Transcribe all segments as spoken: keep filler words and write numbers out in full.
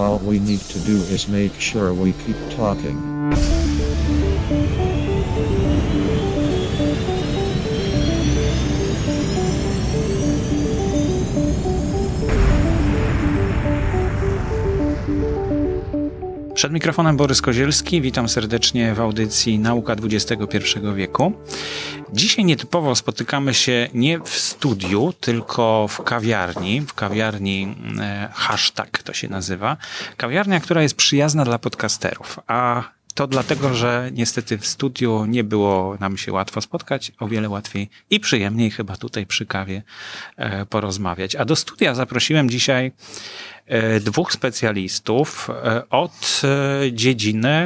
All we need to do is make sure we keep talking. Przed mikrofonem Borys Kozielski, witam serdecznie w audycji Nauka dwudziestego pierwszego wieku. Dzisiaj nietypowo spotykamy się nie w studiu, tylko w kawiarni, w kawiarni e, hashtag to się nazywa. Kawiarnia, która jest przyjazna dla podcasterów, a to dlatego, że niestety w studiu nie było nam się łatwo spotkać, o wiele łatwiej i przyjemniej chyba tutaj przy kawie e, porozmawiać. A do studia zaprosiłem dzisiaj e, dwóch specjalistów e, od e, dziedziny,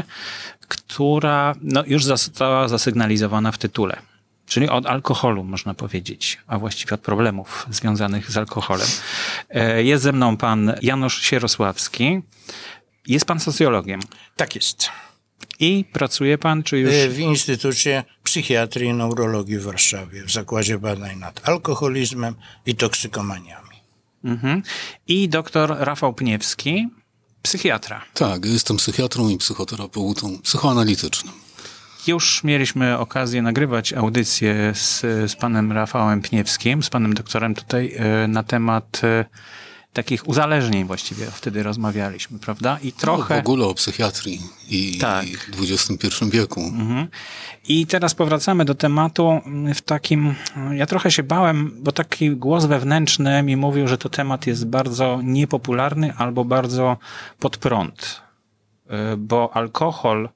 która no, już została zasygnalizowana w tytule. Czyli od alkoholu, można powiedzieć, a właściwie od problemów związanych z alkoholem. E, jest ze mną pan Janusz Sierosławski. Jest pan socjologiem. Tak jest. I pracuje pan, czy już... W Instytucie Psychiatrii i Neurologii w Warszawie, w Zakładzie Badań nad Alkoholizmem i Toksykomaniami. Mhm. I doktor Rafał Pniewski, psychiatra. Tak, jestem psychiatrą i psychoterapeutą psychoanalitycznym. Już mieliśmy okazję nagrywać audycję z, z panem Rafałem Pniewskim, z panem doktorem tutaj na temat takich uzależnień właściwie wtedy rozmawialiśmy, prawda? I trochę... No, w ogóle o psychiatrii i, tak. i dwudziestym pierwszym wieku. Mhm. I teraz powracamy do tematu w takim... Ja trochę się bałem, bo taki głos wewnętrzny mi mówił, że to temat jest bardzo niepopularny albo bardzo pod prąd. Bo alkohol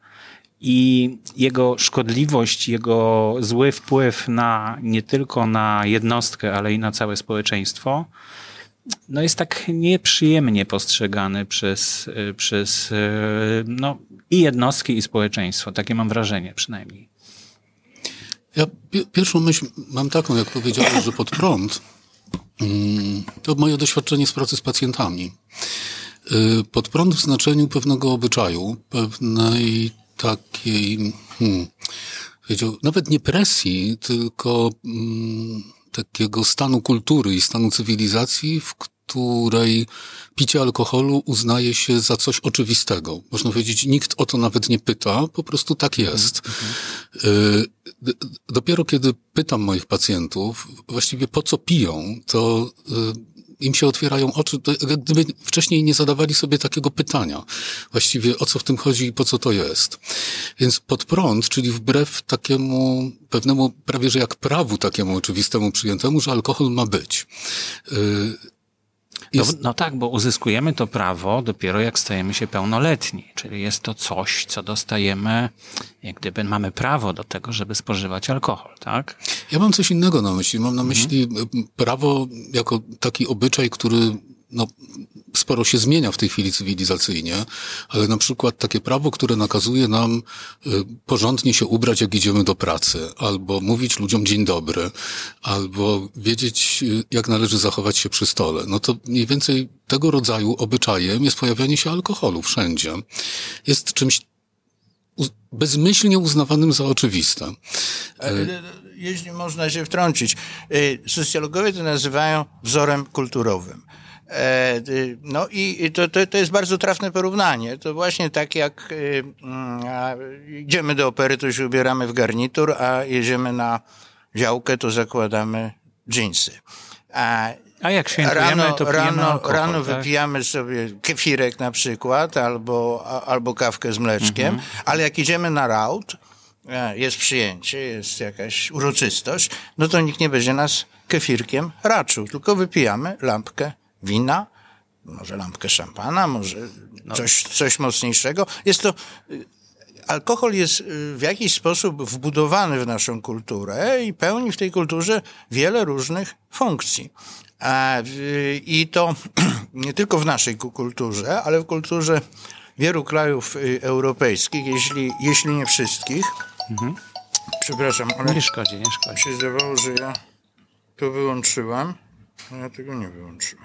i jego szkodliwość, jego zły wpływ na nie tylko na jednostkę, ale i na całe społeczeństwo no jest tak nieprzyjemnie postrzegany przez, przez no, i jednostki, i społeczeństwo. Takie mam wrażenie przynajmniej. Ja pi- pierwszą myśl mam taką, jak powiedziałem, że pod prąd, to moje doświadczenie z pracy z pacjentami. Pod prąd w znaczeniu pewnego obyczaju, pewnej takiej, hmm, powiedział, nawet nie presji, tylko hmm, takiego stanu kultury i stanu cywilizacji, w której picie alkoholu uznaje się za coś oczywistego. Można powiedzieć, nikt o to nawet nie pyta, po prostu tak jest. Mm-hmm. Dopiero kiedy pytam moich pacjentów, właściwie po co piją, to im się otwierają oczy, to gdyby wcześniej nie zadawali sobie takiego pytania. Właściwie o co w tym chodzi i po co to jest. Więc pod prąd, czyli wbrew takiemu pewnemu, prawie że jak prawu takiemu oczywistemu przyjętemu, że alkohol ma być. Jest... No, no tak, bo uzyskujemy to prawo dopiero jak stajemy się pełnoletni. Czyli jest to coś, co dostajemy, jak gdyby mamy prawo do tego, żeby spożywać alkohol, tak? Ja mam coś innego na myśli. Mam na myśli mhm. prawo jako taki obyczaj, który no, sporo się zmienia w tej chwili cywilizacyjnie, ale na przykład takie prawo, które nakazuje nam y, porządnie się ubrać, jak idziemy do pracy, albo mówić ludziom dzień dobry, albo wiedzieć, y, jak należy zachować się przy stole. No to mniej więcej tego rodzaju obyczajem jest pojawianie się alkoholu wszędzie. Jest czymś uz- bezmyślnie uznawanym za oczywiste. Y- Jeśli można się wtrącić, socjologowie to nazywają wzorem kulturowym. No i to, to, to jest bardzo trafne porównanie. To właśnie tak jak y, y, idziemy do opery, to się ubieramy w garnitur, a jedziemy na działkę, to zakładamy dżinsy. A, a jak świętujemy, rano, to pijemy rano, alkohol, rano tak? wypijamy sobie kefirek na przykład, albo, albo kawkę z mleczkiem, mhm. ale jak idziemy na raut, jest przyjęcie, jest jakaś uroczystość, no to nikt nie będzie nas kefirkiem raczył, tylko wypijamy lampkę wina, może lampkę szampana, może no. coś, coś mocniejszego. Jest to, alkohol jest w jakiś sposób wbudowany w naszą kulturę i pełni w tej kulturze wiele różnych funkcji. I to nie tylko w naszej kulturze, ale w kulturze wielu krajów europejskich, jeśli, jeśli nie wszystkich. Mhm. Przepraszam, ale nie szkodzi, nie szkodzi. się zdawało, że ja to wyłączyłem, a ja tego nie wyłączyłem.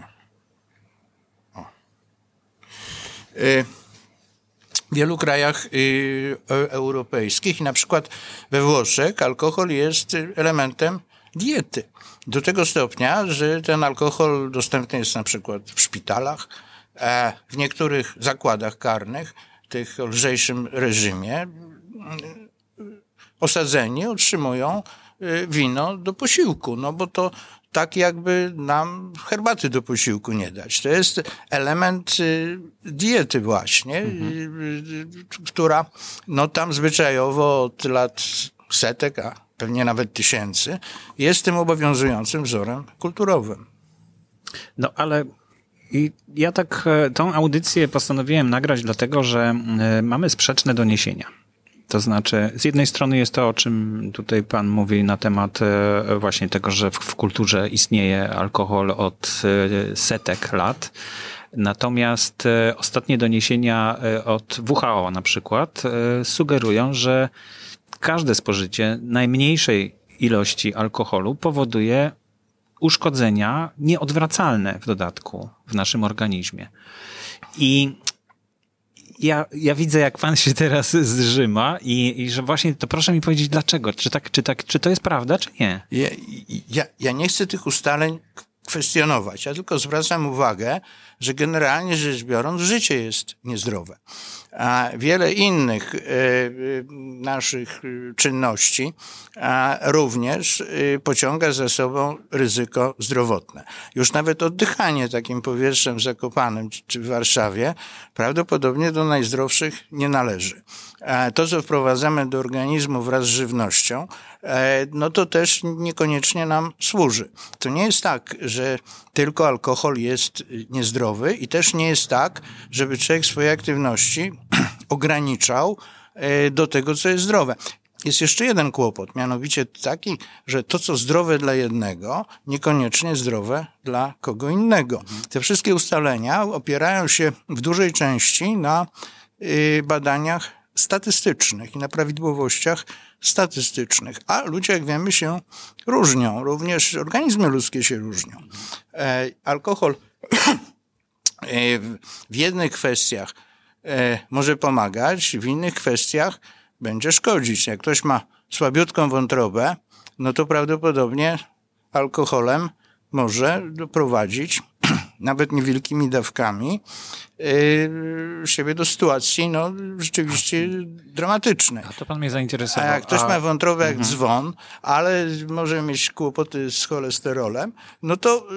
O. W wielu krajach europejskich i na przykład we Włoszech alkohol jest elementem diety. Do tego stopnia, że ten alkohol dostępny jest na przykład w szpitalach, e, w niektórych zakładach karnych, tych o lżejszym reżimie, osadzeni otrzymują wino do posiłku, no bo to tak jakby nam herbaty do posiłku nie dać. To jest element diety właśnie, mhm. która no tam zwyczajowo od lat setek, a pewnie nawet tysięcy, jest tym obowiązującym wzorem kulturowym. No ale i ja tak tą audycję postanowiłem nagrać dlatego, że mamy sprzeczne doniesienia. To znaczy, z jednej strony jest to, o czym tutaj pan mówi na temat właśnie tego, że w kulturze istnieje alkohol od setek lat. Natomiast ostatnie doniesienia od W H O na przykład sugerują, że każde spożycie najmniejszej ilości alkoholu powoduje uszkodzenia nieodwracalne w dodatku w naszym organizmie. I Ja, ja widzę, jak pan się teraz zżyma i, i że właśnie to proszę mi powiedzieć dlaczego. Czy tak, czy tak, czy to jest prawda, czy nie? Ja, ja, ja nie chcę tych ustaleń kwestionować. Ja tylko zwracam uwagę, że generalnie rzecz biorąc życie jest niezdrowe. A wiele innych y, naszych czynności a również y, pociąga za sobą ryzyko zdrowotne. Już nawet oddychanie takim powietrzem zakopanym czy w Warszawie prawdopodobnie do najzdrowszych nie należy. A to, co wprowadzamy do organizmu wraz z żywnością, e, no to też niekoniecznie nam służy. To nie jest tak, że tylko alkohol jest niezdrowy i też nie jest tak, żeby człowiek swoje aktywności ograniczał do tego, co jest zdrowe. Jest jeszcze jeden kłopot, mianowicie taki, że to, co zdrowe dla jednego, niekoniecznie zdrowe dla kogo innego. Te wszystkie ustalenia opierają się w dużej części na badaniach statystycznych i na prawidłowościach statystycznych. A ludzie, jak wiemy, się różnią. Również organizmy ludzkie się różnią. E, alkohol w jednych kwestiach e, może pomagać, w innych kwestiach będzie szkodzić. Jak ktoś ma słabiutką wątrobę, no to prawdopodobnie alkoholem może doprowadzić nawet niewielkimi dawkami yy, siebie do sytuacji no rzeczywiście dramatycznej. A to pan mnie zainteresował. A jak ktoś A... ma wątrobę jak mhm. dzwon, ale może mieć kłopoty z cholesterolem, no to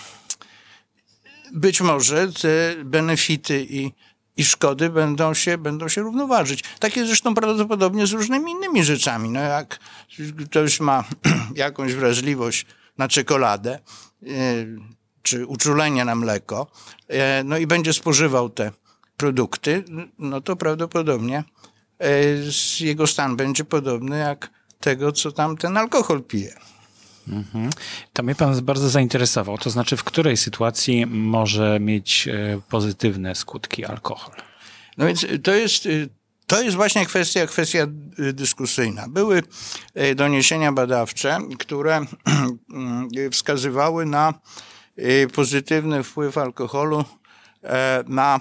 być może te benefity i i szkody będą się, będą się równoważyć. Tak jest zresztą prawdopodobnie z różnymi innymi rzeczami. No jak ktoś ma jakąś wrażliwość na czekoladę, yy, czy uczulenie na mleko, yy, no i będzie spożywał te produkty, no to prawdopodobnie yy, jego stan będzie podobny jak tego, co tam ten alkohol pije. Mhm. To mnie pan bardzo zainteresował. To znaczy, w której sytuacji może mieć pozytywne skutki alkohol? No więc to jest, to jest właśnie kwestia, kwestia dyskusyjna. Były doniesienia badawcze, które wskazywały na pozytywny wpływ alkoholu na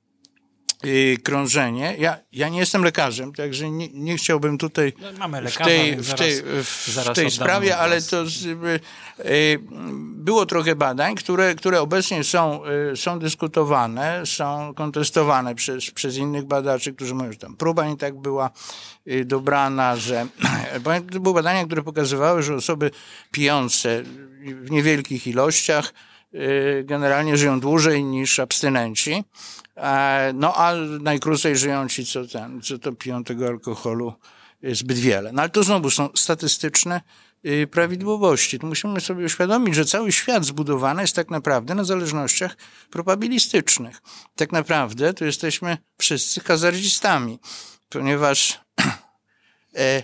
krążenie. Ja, ja nie jestem lekarzem, także nie, nie chciałbym tutaj no, mamy lekarza, w tej, zaraz, w tej, w zaraz tej sprawie, ale to z, y, y, było trochę badań, które, które obecnie są, y, są dyskutowane, są kontestowane przez, przez innych badaczy, którzy mówią, że tam próba nie tak była y, dobrana, że to były badania, które pokazywały, że osoby pijące w niewielkich ilościach y, generalnie żyją dłużej niż abstynenci. No, a najkrócej żyją ci, co, ten, co to piją tego alkoholu zbyt wiele. No, ale to znowu są statystyczne prawidłowości. Tu musimy sobie uświadomić, że cały świat zbudowany jest tak naprawdę na zależnościach probabilistycznych. Tak naprawdę to jesteśmy wszyscy hazardzistami, ponieważ e,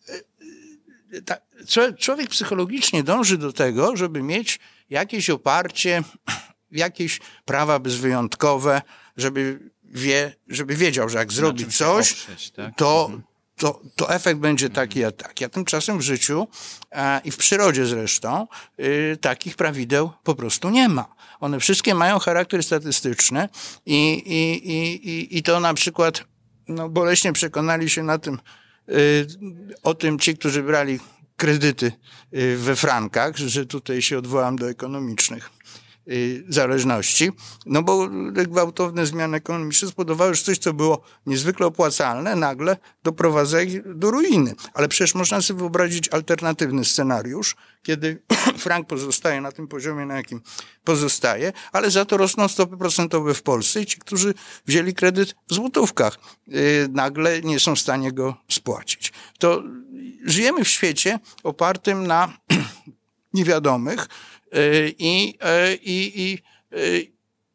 e, ta, człowiek psychologicznie dąży do tego, żeby mieć jakieś oparcie, jakieś prawa bezwyjątkowe, żeby wie, żeby wiedział, że jak zrobi coś, oprzeć, tak? to, to, to efekt będzie taki a taki. A tymczasem w życiu a, i w przyrodzie zresztą y, takich prawideł po prostu nie ma. One wszystkie mają charakter statystyczny i, i, i, i, i to na przykład no, boleśnie przekonali się na tym, y, o tym ci, którzy brali kredyty y, we frankach, że tutaj się odwołam do ekonomicznych y, zależności, no bo gwałtowne zmiany ekonomiczne spowodowały, że coś, co było niezwykle opłacalne, nagle doprowadza ich do ruiny. Ale przecież można sobie wyobrazić alternatywny scenariusz, kiedy frank pozostaje na tym poziomie, na jakim pozostaje, ale za to rosną stopy procentowe w Polsce i ci, którzy wzięli kredyt w złotówkach, y, nagle nie są w stanie go spłacić. To żyjemy w świecie opartym na niewiadomych y, i, y, i, y,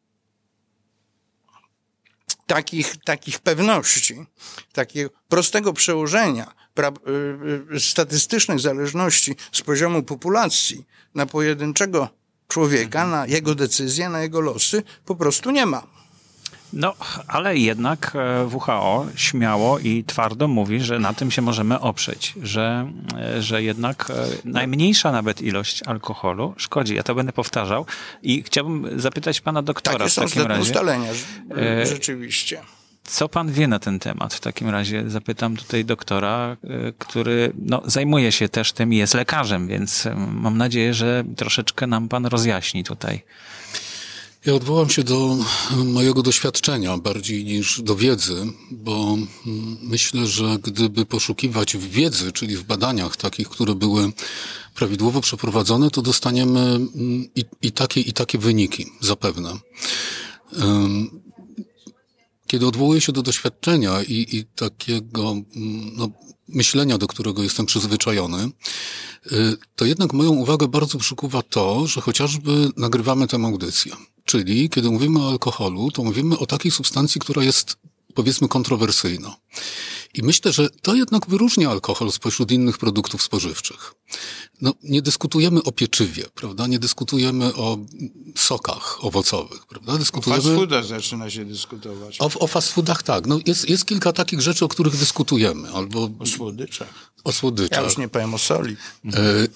takich, takich pewności, takiego prostego przełożenia pra, y, y, statystycznych zależności z poziomu populacji na pojedynczego człowieka, na jego decyzje, na jego losy po prostu nie ma. No, ale jednak W H O śmiało i twardo mówi, że na tym się możemy oprzeć, że, że jednak najmniejsza nawet ilość alkoholu szkodzi. Ja to będę powtarzał i chciałbym zapytać pana doktora Takie w są takim razie. ustalenia, rzeczywiście. Co pan wie na ten temat? W takim razie zapytam tutaj doktora, który no, zajmuje się też tym i jest lekarzem, więc mam nadzieję, że troszeczkę nam pan rozjaśni tutaj. Ja odwołam się do mojego doświadczenia bardziej niż do wiedzy, bo myślę, że gdyby poszukiwać w wiedzy, czyli w badaniach takich, które były prawidłowo przeprowadzone, to dostaniemy i, i takie, i takie wyniki, zapewne. Kiedy odwołuję się do doświadczenia i, i takiego no, myślenia, do którego jestem przyzwyczajony, to jednak moją uwagę bardzo przykuwa to, że chociażby nagrywamy tę audycję. Czyli kiedy mówimy o alkoholu, to mówimy o takiej substancji, która jest, powiedzmy, kontrowersyjna. I myślę, że to jednak wyróżnia alkohol spośród innych produktów spożywczych. No, nie dyskutujemy o pieczywie, prawda? Nie dyskutujemy o sokach owocowych, prawda? Dyskutujemy... O fast foodach zaczyna się dyskutować. O, o fast foodach tak. No, jest, jest kilka takich rzeczy, o których dyskutujemy. Albo o słodyczach. O słodyczach. Ja już nie powiem o soli. E,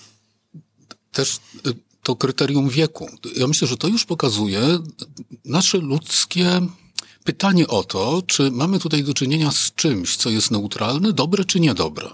też e, to kryterium wieku. Ja myślę, że to już pokazuje nasze ludzkie pytanie o to, czy mamy tutaj do czynienia z czymś, co jest neutralne, dobre czy niedobre.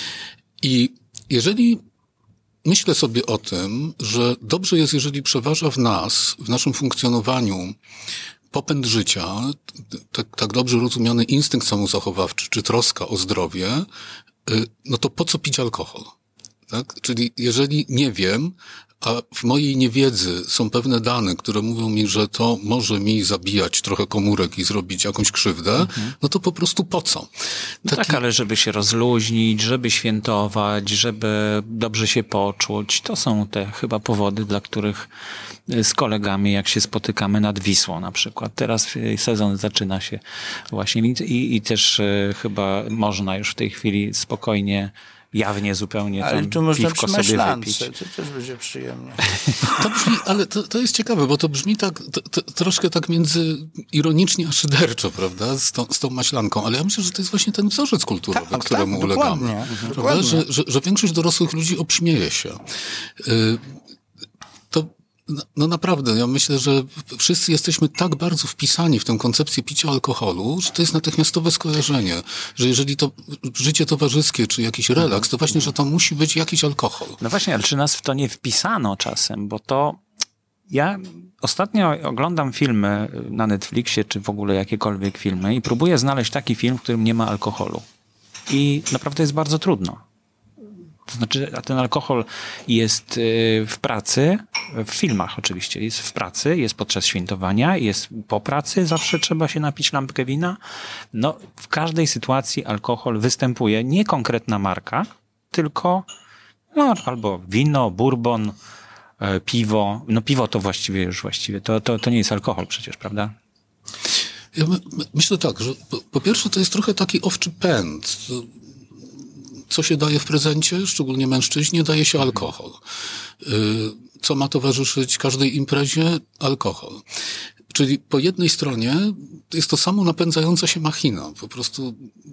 I jeżeli myślę sobie o tym, że dobrze jest, jeżeli przeważa w nas, w naszym funkcjonowaniu popęd życia, tak, tak dobrze rozumiany instynkt samozachowawczy, czy troska o zdrowie, no to po co pić alkohol? Tak? Czyli jeżeli nie wiem, a w mojej niewiedzy są pewne dane, które mówią mi, że to może mi zabijać trochę komórek i zrobić jakąś krzywdę, mhm. no to po prostu po co? Taki... No tak, ale żeby się rozluźnić, żeby świętować, żeby dobrze się poczuć, to są te chyba powody, dla których z kolegami, jak się spotykamy nad Wisłą na przykład. Teraz sezon zaczyna się właśnie i, i też chyba można już w tej chwili spokojnie jawnie zupełnie ale tam tu można piwko przy sobie maślance, wypić. to też będzie przyjemnie. To brzmi, ale to, to jest ciekawe, bo to brzmi tak, to, to, troszkę tak między ironicznie a szyderczo, prawda, z tą, z tą maślanką, ale ja myślę, że to jest właśnie ten wzorzec kulturowy, tak, któremu tak, ulegamy. Dokładnie, prawda? dokładnie. Że, że, że większość dorosłych ludzi obśmieje się. Yy, to No naprawdę, ja myślę, że wszyscy jesteśmy tak bardzo wpisani w tę koncepcję picia alkoholu, że to jest natychmiastowe skojarzenie, że jeżeli to życie towarzyskie, czy jakiś relaks, to właśnie, że to musi być jakiś alkohol. No właśnie, ale czy nas w to nie wpisano czasem, bo to ja ostatnio oglądam filmy na Netflixie, czy w ogóle jakiekolwiek filmy i próbuję znaleźć taki film, w którym nie ma alkoholu. I naprawdę jest bardzo trudno. To znaczy, a ten alkohol jest w pracy, w filmach oczywiście, jest w pracy, jest podczas świętowania, jest po pracy, zawsze trzeba się napić lampkę wina. No, w każdej sytuacji alkohol występuje, nie konkretna marka, tylko no, albo wino, bourbon, piwo. No piwo to właściwie już właściwie, to, to, to nie jest alkohol przecież, prawda? Ja my, my, myślę tak, że po, po pierwsze to jest trochę taki owczy pęd. Co się daje w prezencie, szczególnie mężczyźnie, daje się alkohol. Co ma towarzyszyć każdej imprezie? Alkohol. Czyli po jednej stronie jest to samo napędzająca się machina. Po prostu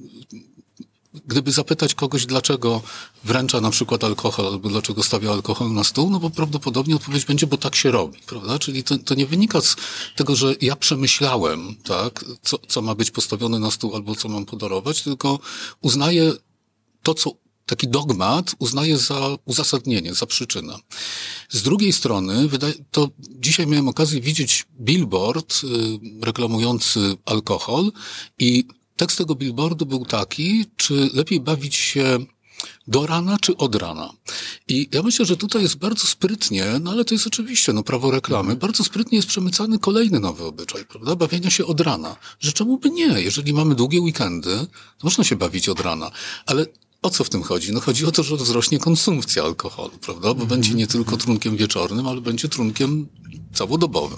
gdyby zapytać kogoś, dlaczego wręcza na przykład alkohol, albo dlaczego stawia alkohol na stół, no bo prawdopodobnie odpowiedź będzie, bo tak się robi, prawda? Czyli to, to nie wynika z tego, że ja przemyślałem, tak, co, co ma być postawione na stół, albo co mam podarować, tylko uznaję to, co taki dogmat uznaje za uzasadnienie, za przyczynę. Z drugiej strony, wydaje, to dzisiaj miałem okazję widzieć billboard y, reklamujący alkohol i tekst tego billboardu był taki, czy lepiej bawić się do rana czy od rana? I ja myślę, że tutaj jest bardzo sprytnie, no ale to jest oczywiście, no prawo reklamy, bardzo sprytnie jest przemycany kolejny nowy obyczaj, prawda? Bawienia się od rana. Że czemu by nie? Jeżeli mamy długie weekendy, to można się bawić od rana. Ale o co w tym chodzi? No chodzi o to, że wzrośnie konsumpcja alkoholu, prawda? Bo będzie nie tylko trunkiem wieczornym, ale będzie trunkiem całodobowym.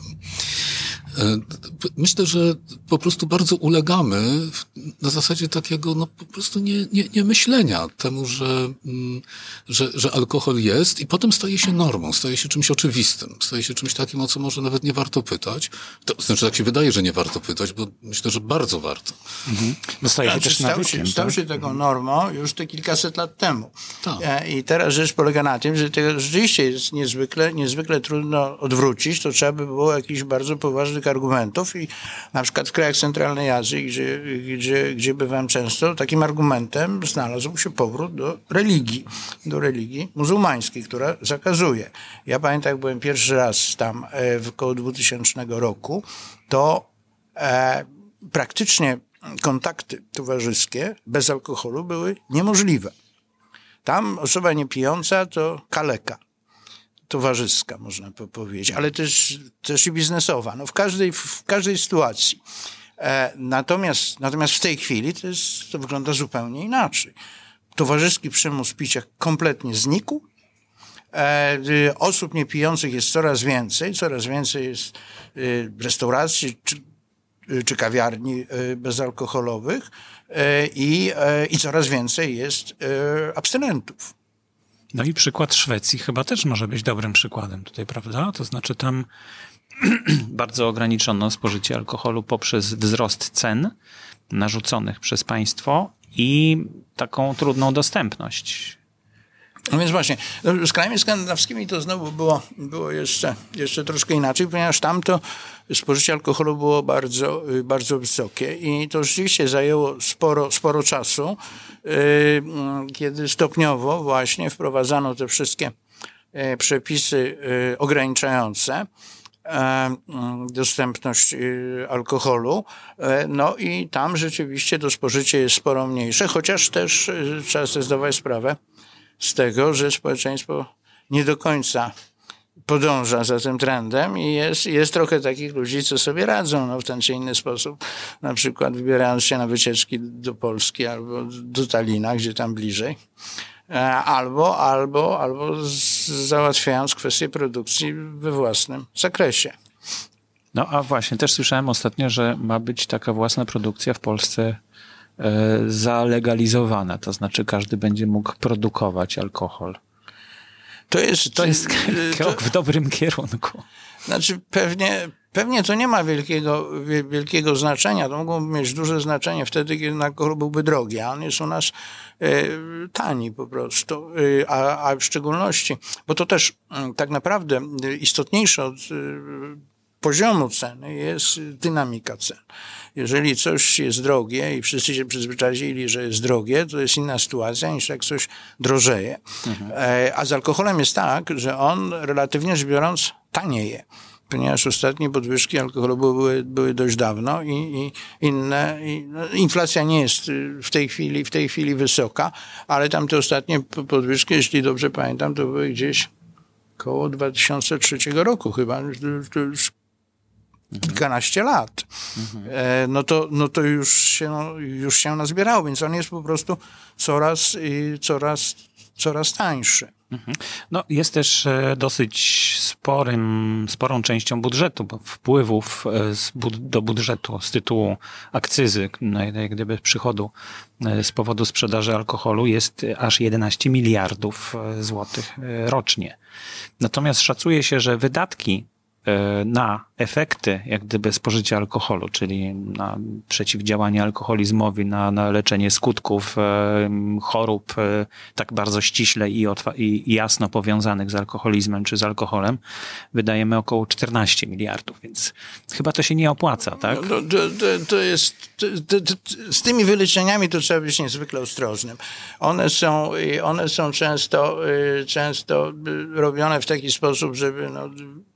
Myślę, że po prostu bardzo ulegamy na zasadzie takiego, no po prostu nie, nie, nie myślenia temu, że, że, że alkohol jest i potem staje się normą, staje się czymś oczywistym, staje się czymś takim, o co może nawet nie warto pytać. To znaczy, tak się wydaje, że nie warto pytać, bo myślę, że bardzo warto. Mhm. No staje się znaczy, też stał, nawykiem, się, stał tak? się taką normą już te kilkaset lat temu. Tak. I teraz rzecz polega na tym, że tego rzeczywiście jest niezwykle, niezwykle trudno odwrócić. To trzeba by było jakichś bardzo poważnych argumentów i na przykład w krajach centralnej Azji, gdzie, gdzie, gdzie bywam często, takim argumentem znalazł się powrót do religii, do religii muzułmańskiej, która zakazuje. Ja pamiętam, jak byłem pierwszy raz tam w około dwutysięcznego roku, to e, praktycznie kontakty towarzyskie bez alkoholu były niemożliwe. Tam osoba niepijąca to kaleka. Towarzyska, można powiedzieć, ale też, też i biznesowa. No w każdej, w każdej sytuacji. E, natomiast, natomiast w tej chwili to, jest, to wygląda zupełnie inaczej. Towarzyski przymus picia kompletnie znikł. E, osób niepijących jest coraz więcej. Coraz więcej jest e, restauracji czy, czy kawiarni e, bezalkoholowych e, i, e, i coraz więcej jest e, abstynentów. No i przykład Szwecji chyba też może być dobrym przykładem tutaj, prawda? To znaczy tam bardzo ograniczono spożycie alkoholu poprzez wzrost cen narzuconych przez państwo i taką trudną dostępność. No więc właśnie, z krajami skandynawskimi to znowu było, było jeszcze, jeszcze troszkę inaczej, ponieważ tam to spożycie alkoholu było bardzo, bardzo wysokie i to rzeczywiście zajęło sporo, sporo czasu, kiedy stopniowo właśnie wprowadzano te wszystkie przepisy ograniczające dostępność alkoholu, no i tam rzeczywiście to spożycie jest sporo mniejsze, chociaż też trzeba sobie zdawać sprawę z tego, że społeczeństwo nie do końca podąża za tym trendem i jest, jest trochę takich ludzi, co sobie radzą no, w ten czy inny sposób, na przykład wybierając się na wycieczki do Polski albo do Talina, gdzie tam bliżej, albo, albo, albo z, załatwiając kwestie produkcji we własnym zakresie. No a właśnie, też słyszałem ostatnio, że ma być taka własna produkcja w Polsce zalegalizowana, to znaczy każdy będzie mógł produkować alkohol. To jest, to jest krok to, w dobrym kierunku. Znaczy pewnie, pewnie to nie ma wielkiego, wielkiego znaczenia. To mogło mieć duże znaczenie wtedy, kiedy alkohol byłby drogi, a on jest u nas e, tani po prostu. E, a, a w szczególności, bo to też e, tak naprawdę istotniejsze od e, poziomu ceny jest dynamika cen. Jeżeli coś jest drogie i wszyscy się przyzwyczaili, że jest drogie, to jest inna sytuacja niż jak coś drożeje. Mhm. A z alkoholem jest tak, że on relatywnie rzecz biorąc tanieje, ponieważ ostatnie podwyżki alkoholu były, były dość dawno i, i inne. I, no, inflacja nie jest w tej chwili, w tej chwili wysoka, ale tam te ostatnie podwyżki, jeśli dobrze pamiętam, to były gdzieś koło dwa tysiące trzeciego roku chyba. To już kilkanaście lat. Mhm. E, no to, no to już się, no, już się nazbierało, więc on jest po prostu coraz, i coraz, coraz tańszy. Mhm. No jest też dosyć sporym, sporą częścią budżetu, bo wpływów z bud- do budżetu z tytułu akcyzy, no, jak gdyby przychodu z powodu sprzedaży alkoholu jest aż jedenaście miliardów złotych rocznie. Natomiast szacuje się, że wydatki na efekty jak gdyby spożycia alkoholu, czyli na przeciwdziałanie alkoholizmowi, na, na leczenie skutków e, chorób e, tak bardzo ściśle i, otwa- i jasno powiązanych z alkoholizmem czy z alkoholem, wydajemy około czternaście miliardów, więc chyba to się nie opłaca, tak? No, to, to, to jest, to, to, to, z tymi wyliczeniami to trzeba być niezwykle ostrożnym. One są, one są często, często robione w taki sposób, żeby no,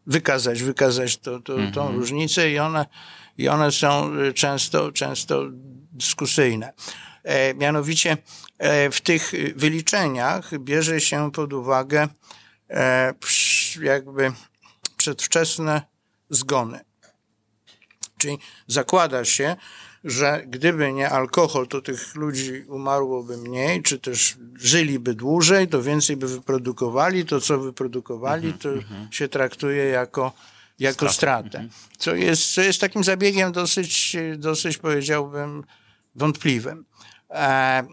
wykazać, wykazać to, to, mhm. tą różnicę i one, i one są często, często dyskusyjne. E, mianowicie e, w tych wyliczeniach bierze się pod uwagę e, jakby przedwczesne zgony. Czyli zakłada się, że gdyby nie alkohol, to tych ludzi umarłoby mniej, czy też żyliby dłużej, to więcej by wyprodukowali, to co wyprodukowali, to mm-hmm. się traktuje jako, jako stratę. Mm-hmm. Co jest, co jest takim zabiegiem dosyć, dosyć powiedziałbym, wątpliwym. E,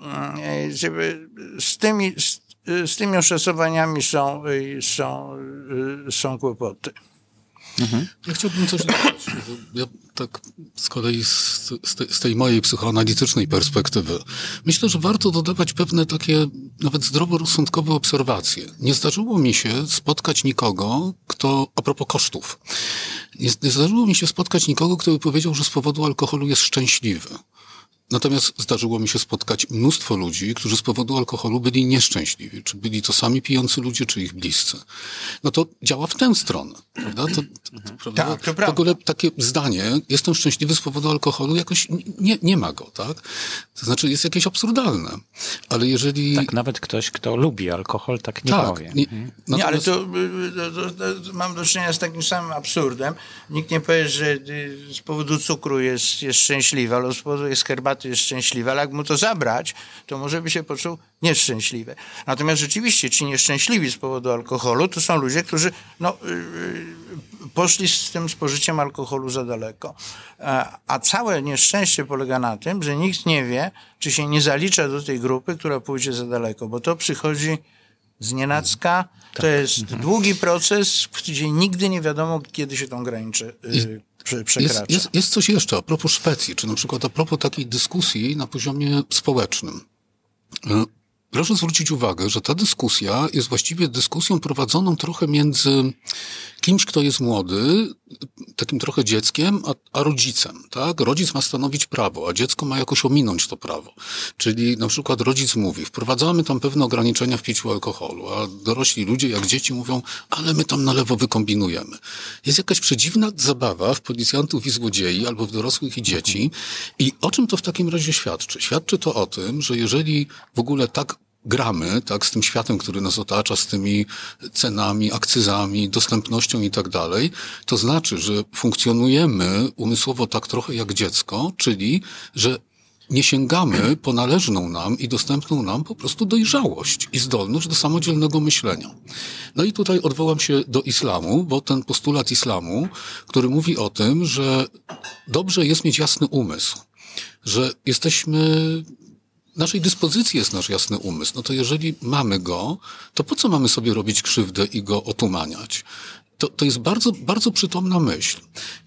żeby z tymi, z, z tymi oszacowaniami są, są, są kłopoty. Mhm. Ja chciałbym coś dodać. Ja tak z kolei z, z tej mojej psychoanalitycznej perspektywy myślę, że warto dodawać pewne takie nawet zdroworozsądkowe obserwacje. Nie zdarzyło mi się spotkać nikogo, kto, a propos kosztów, nie, nie zdarzyło mi się spotkać nikogo, kto by powiedział, że z powodu alkoholu jest szczęśliwy. Natomiast zdarzyło mi się spotkać mnóstwo ludzi, którzy z powodu alkoholu byli nieszczęśliwi. Czy byli to sami pijący ludzie, czy ich bliscy. No to działa w tę stronę, prawda? To, to, to, prawda? Tak, to w ogóle takie zdanie, jestem szczęśliwy z powodu alkoholu, jakoś nie, nie ma go, tak? To znaczy jest jakieś absurdalne. Ale jeżeli... Tak, nawet ktoś, kto lubi alkohol, tak nie tak, powie. Nie, mhm. nie, ale to, to, to, to mam do czynienia z takim samym absurdem. Nikt nie powie, że z powodu cukru jest, jest szczęśliwy, albo z powodu jest herbaty jest szczęśliwy, ale jak mu to zabrać, to może by się poczuł nieszczęśliwy. Natomiast rzeczywiście ci nieszczęśliwi z powodu alkoholu to są ludzie, którzy no, yy, poszli z tym spożyciem alkoholu za daleko. A, a całe nieszczęście polega na tym, że nikt nie wie, czy się nie zalicza do tej grupy, która pójdzie za daleko, bo to przychodzi znienacka. To tak. jest mhm. długi proces, gdzie nigdy nie wiadomo, kiedy się tą granicę yy, przekracza. Jest, jest, jest coś jeszcze a propos Szwecji, czy na przykład a propos takiej dyskusji na poziomie społecznym. Proszę zwrócić uwagę, że ta dyskusja jest właściwie dyskusją prowadzoną trochę między kimś, kto jest młody, takim trochę dzieckiem, a, a rodzicem, tak? Rodzic ma stanowić prawo, a dziecko ma jakoś ominąć to prawo. Czyli na przykład rodzic mówi, wprowadzamy tam pewne ograniczenia w piciu alkoholu, a dorośli ludzie, jak dzieci, mówią, ale my tam na lewo wykombinujemy. Jest jakaś przedziwna zabawa w policjantów i złodziei, albo w dorosłych i dzieci. I o czym to w takim razie świadczy? Świadczy to o tym, że jeżeli w ogóle tak gramy, tak, z tym światem, który nas otacza, z tymi cenami, akcyzami, dostępnością i tak dalej, to znaczy, że funkcjonujemy umysłowo tak trochę jak dziecko, czyli, że nie sięgamy po należną nam i dostępną nam po prostu dojrzałość i zdolność do samodzielnego myślenia. No i tutaj odwołam się do islamu, bo ten postulat islamu, który mówi o tym, że dobrze jest mieć jasny umysł, że jesteśmy... W naszej dyspozycji jest nasz jasny umysł. No to jeżeli mamy go, to po co mamy sobie robić krzywdę i go otumaniać? To, to jest bardzo, bardzo przytomna myśl.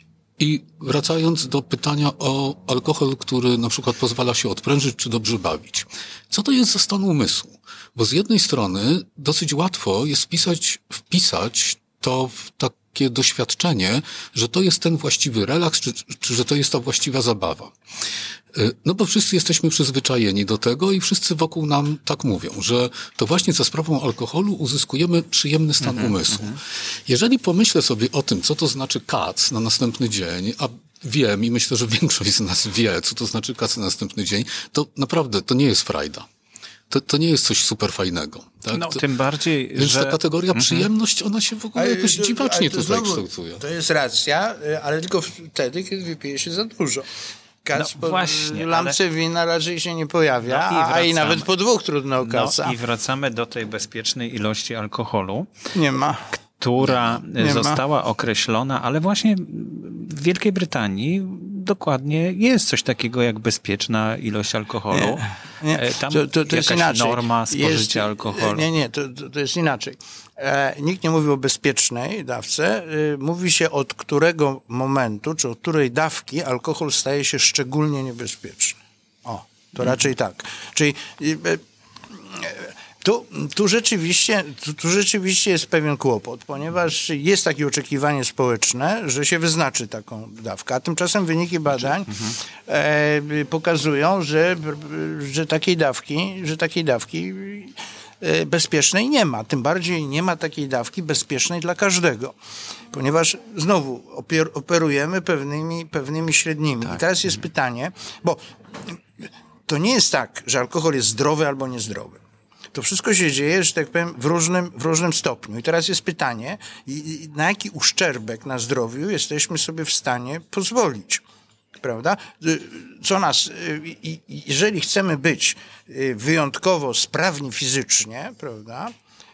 I wracając do pytania o alkohol, który na przykład pozwala się odprężyć czy dobrze bawić. Co to jest za stan umysłu? Bo z jednej strony dosyć łatwo jest wpisać, wpisać to w takie doświadczenie, że to jest ten właściwy relaks, czy, czy że to jest ta właściwa zabawa. No bo wszyscy jesteśmy przyzwyczajeni do tego i wszyscy wokół nam tak mówią, że to właśnie za sprawą alkoholu uzyskujemy przyjemny stan mm-hmm, umysłu. Mm-hmm. Jeżeli pomyślę sobie o tym, co to znaczy kac na następny dzień, a wiem i myślę, że większość z nas wie, co to znaczy kac na następny dzień, to naprawdę to nie jest frajda. To, to nie jest coś super fajnego. Tak? No, to, tym bardziej, więc że... ta kategoria mm-hmm. przyjemność, ona się w ogóle ale, jakoś dziwacznie tutaj znowu, kształtuje. To jest racja, ale tylko wtedy, kiedy wypije się za dużo. Kac no po właśnie, lampce ale... wina raczej się nie pojawia, no i a i nawet po dwóch trudno o kaca. No i wracamy do tej bezpiecznej ilości alkoholu. Nie ma. Która nie, nie została ma. określona, ale właśnie w Wielkiej Brytanii dokładnie jest coś takiego jak bezpieczna ilość alkoholu. Nie, nie. Tam to, to, to jest inaczej. norma spożycia jest, alkoholu. Nie, nie, to, to jest inaczej. E, nikt nie mówi o bezpiecznej dawce. E, mówi się od którego momentu, czy od której dawki alkohol staje się szczególnie niebezpieczny. O, to raczej tak. Czyli e, e, Tu, tu, rzeczywiście, tu, tu rzeczywiście jest pewien kłopot, ponieważ jest takie oczekiwanie społeczne, że się wyznaczy taką dawkę, a tymczasem wyniki badań mhm. e, pokazują, że, że takiej dawki, że takiej dawki bezpiecznej nie ma. Tym bardziej nie ma takiej dawki bezpiecznej dla każdego. Ponieważ znowu operujemy pewnymi, pewnymi średnimi. Tak. I teraz jest pytanie, bo to nie jest tak, że alkohol jest zdrowy albo niezdrowy. To wszystko się dzieje, że tak powiem, w różnym, w różnym stopniu. I teraz jest pytanie, na jaki uszczerbek na zdrowiu jesteśmy sobie w stanie pozwolić. Prawda? Co nas, jeżeli chcemy być wyjątkowo sprawni fizycznie, prawda?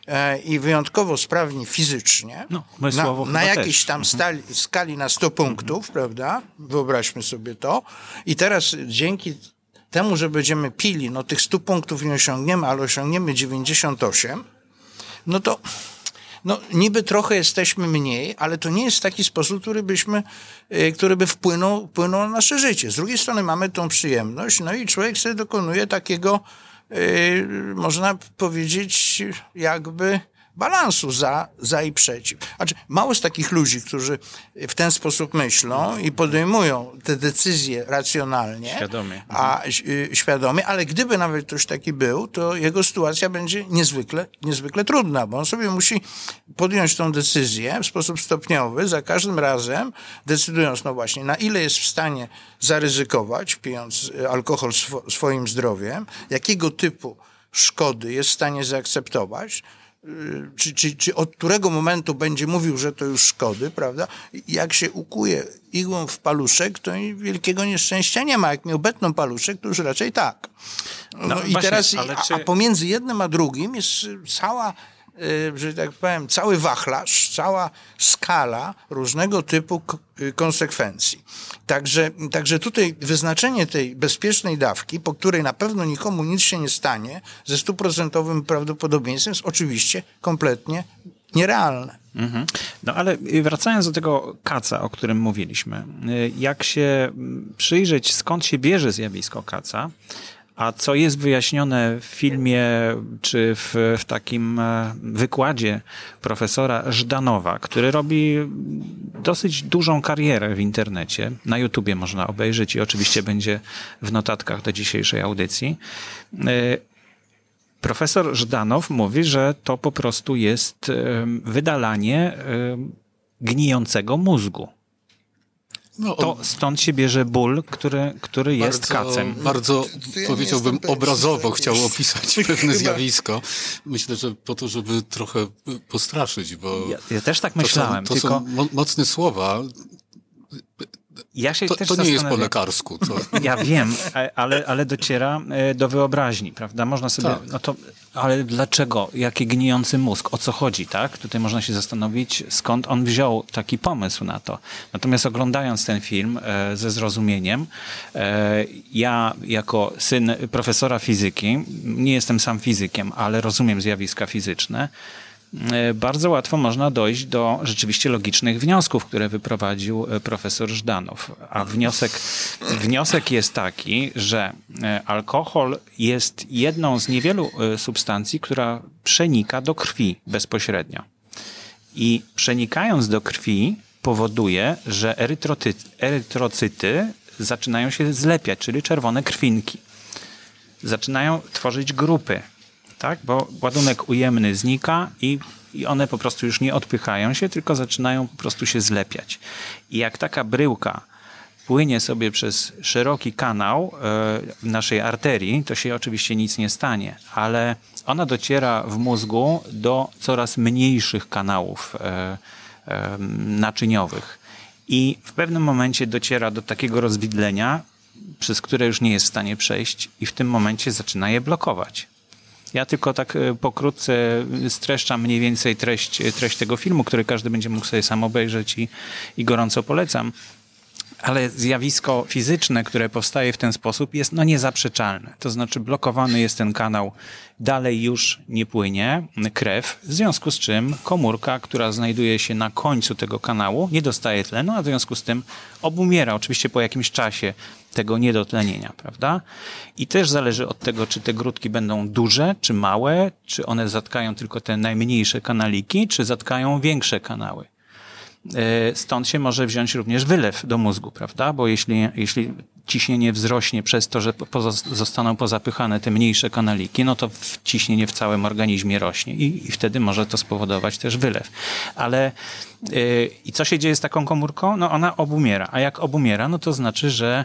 I wyjątkowo sprawni fizycznie, no, na, na jakiejś tam stali, skali na sto punktów, prawda? Wyobraźmy sobie to. I teraz dzięki temu, że będziemy pili, no tych stu punktów nie osiągniemy, ale osiągniemy dziewięćdziesiąt osiem, no to no niby trochę jesteśmy mniej, ale to nie jest taki sposób, który byśmy, który by wpłynął, wpłynął na nasze życie. Z drugiej strony mamy tą przyjemność, no i człowiek sobie dokonuje takiego, yy, można powiedzieć, jakby balansu za, za i przeciw. Znaczy, mało z takich ludzi, którzy w ten sposób myślą i podejmują te decyzje racjonalnie, świadomie. A, y, świadomie, ale gdyby nawet ktoś taki był, to jego sytuacja będzie niezwykle, niezwykle trudna, bo on sobie musi podjąć tą decyzję w sposób stopniowy, za każdym razem decydując, no właśnie, na ile jest w stanie zaryzykować, pijąc alkohol swo, swoim zdrowiem, jakiego typu szkody jest w stanie zaakceptować, Czy, czy, czy od którego momentu będzie mówił, że to już szkody, prawda? Jak się ukuje igłą w paluszek, to wielkiego nieszczęścia nie ma. Jak mi obetną paluszek, to już raczej tak. No, no i właśnie, teraz, czy... a, a pomiędzy jednym a drugim jest cała, że tak powiem, cały wachlarz, cała skala różnego typu konsekwencji. Także, także tutaj wyznaczenie tej bezpiecznej dawki, po której na pewno nikomu nic się nie stanie, ze stuprocentowym prawdopodobieństwem jest oczywiście kompletnie nierealne. Mhm. No ale wracając do tego kaca, o którym mówiliśmy, jak się przyjrzeć, skąd się bierze zjawisko kaca, a co jest wyjaśnione w filmie czy w, w takim wykładzie profesora Żdanowa, który robi dosyć dużą karierę w internecie. Na YouTubie można obejrzeć i oczywiście będzie w notatkach do dzisiejszej audycji. Profesor Żdanow mówi, że to po prostu jest wydalanie gnijącego mózgu. No, to stąd się bierze ból, który, który jest bardzo, kacem. Bardzo, ja powiedziałbym, obrazowo chciał opisać pewne zjawisko. Myślę, że po to, żeby trochę postraszyć, bo... Ja, ja też tak myślałem. To, to tylko... są mo- mocne słowa. Ja się to też to nie jest po lekarsku. To... Ja wiem, ale, ale dociera do wyobraźni, prawda? Można sobie, tak. no to, ale dlaczego? Jaki gnijący mózg? O co chodzi, tak? Tutaj można się zastanowić, skąd on wziął taki pomysł na to. Natomiast oglądając ten film e, ze zrozumieniem, e, ja jako syn profesora fizyki, nie jestem sam fizykiem, ale rozumiem zjawiska fizyczne, bardzo łatwo można dojść do rzeczywiście logicznych wniosków, które wyprowadził profesor Żdanow. A wniosek, wniosek jest taki, że alkohol jest jedną z niewielu substancji, która przenika do krwi bezpośrednio. I przenikając do krwi powoduje, że erytroty, erytrocyty zaczynają się zlepiać, czyli czerwone krwinki. Zaczynają tworzyć grupy. Tak, bo ładunek ujemny znika i, i one po prostu już nie odpychają się, tylko zaczynają po prostu się zlepiać. I jak taka bryłka płynie sobie przez szeroki kanał y, naszej arterii, to się oczywiście nic nie stanie, ale ona dociera w mózgu do coraz mniejszych kanałów y, y, naczyniowych. I w pewnym momencie dociera do takiego rozwidlenia, przez które już nie jest w stanie przejść i w tym momencie zaczyna je blokować. Ja tylko tak pokrótce streszczam mniej więcej treść, treść tego filmu, który każdy będzie mógł sobie sam obejrzeć i, i gorąco polecam. Ale zjawisko fizyczne, które powstaje w ten sposób, jest no niezaprzeczalne. To znaczy blokowany jest ten kanał, dalej już nie płynie krew, w związku z czym komórka, która znajduje się na końcu tego kanału, nie dostaje tlenu, a w związku z tym obumiera, oczywiście po jakimś czasie tego niedotlenienia, prawda? I też zależy od tego, czy te grudki będą duże, czy małe, czy one zatkają tylko te najmniejsze kanaliki, czy zatkają większe kanały. Stąd się może wziąć również wylew do mózgu, prawda? Bo jeśli, jeśli ciśnienie wzrośnie przez to, że pozo- zostaną pozapychane te mniejsze kanaliki, no to ciśnienie w całym organizmie rośnie i, i wtedy może to spowodować też wylew. Ale yy, i co się dzieje z taką komórką? No ona obumiera, a jak obumiera, no to znaczy, że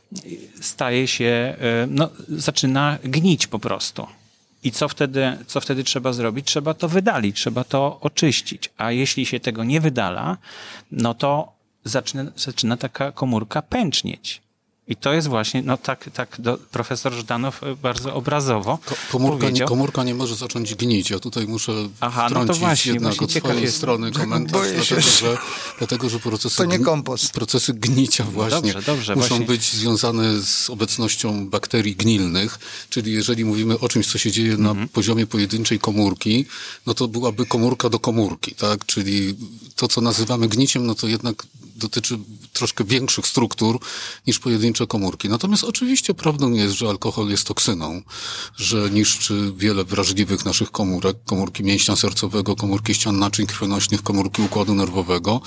staje się, yy, no zaczyna gnić po prostu. I co wtedy, co wtedy trzeba zrobić? Trzeba to wydalić, trzeba to oczyścić. A jeśli się tego nie wydala, no to zaczyna, zaczyna taka komórka pęcznieć. I to jest właśnie, no tak, tak do, profesor Żdanow bardzo obrazowo Ko- komórka, nie, powiedział. komórka nie może zacząć gnić. Ja tutaj muszę Aha, wtrącić no to właśnie, jednak właśnie od ciekaw swojej jest. strony komentarz, Boję się, dlatego, że, dlatego że procesy, To nie gni- kompost. procesy gnicia właśnie dobrze, dobrze, muszą właśnie. być związane z obecnością bakterii gnilnych, czyli jeżeli mówimy o czymś, co się dzieje na Mhm. poziomie pojedynczej komórki, no to byłaby komórka do komórki, tak? Czyli to, co nazywamy gniciem, no to jednak dotyczy troszkę większych struktur niż pojedyncze komórki. Natomiast oczywiście prawdą jest, że alkohol jest toksyną, że niszczy wiele wrażliwych naszych komórek, komórki mięśnia sercowego, komórki ścian naczyń krwionośnych, komórki układu nerwowego.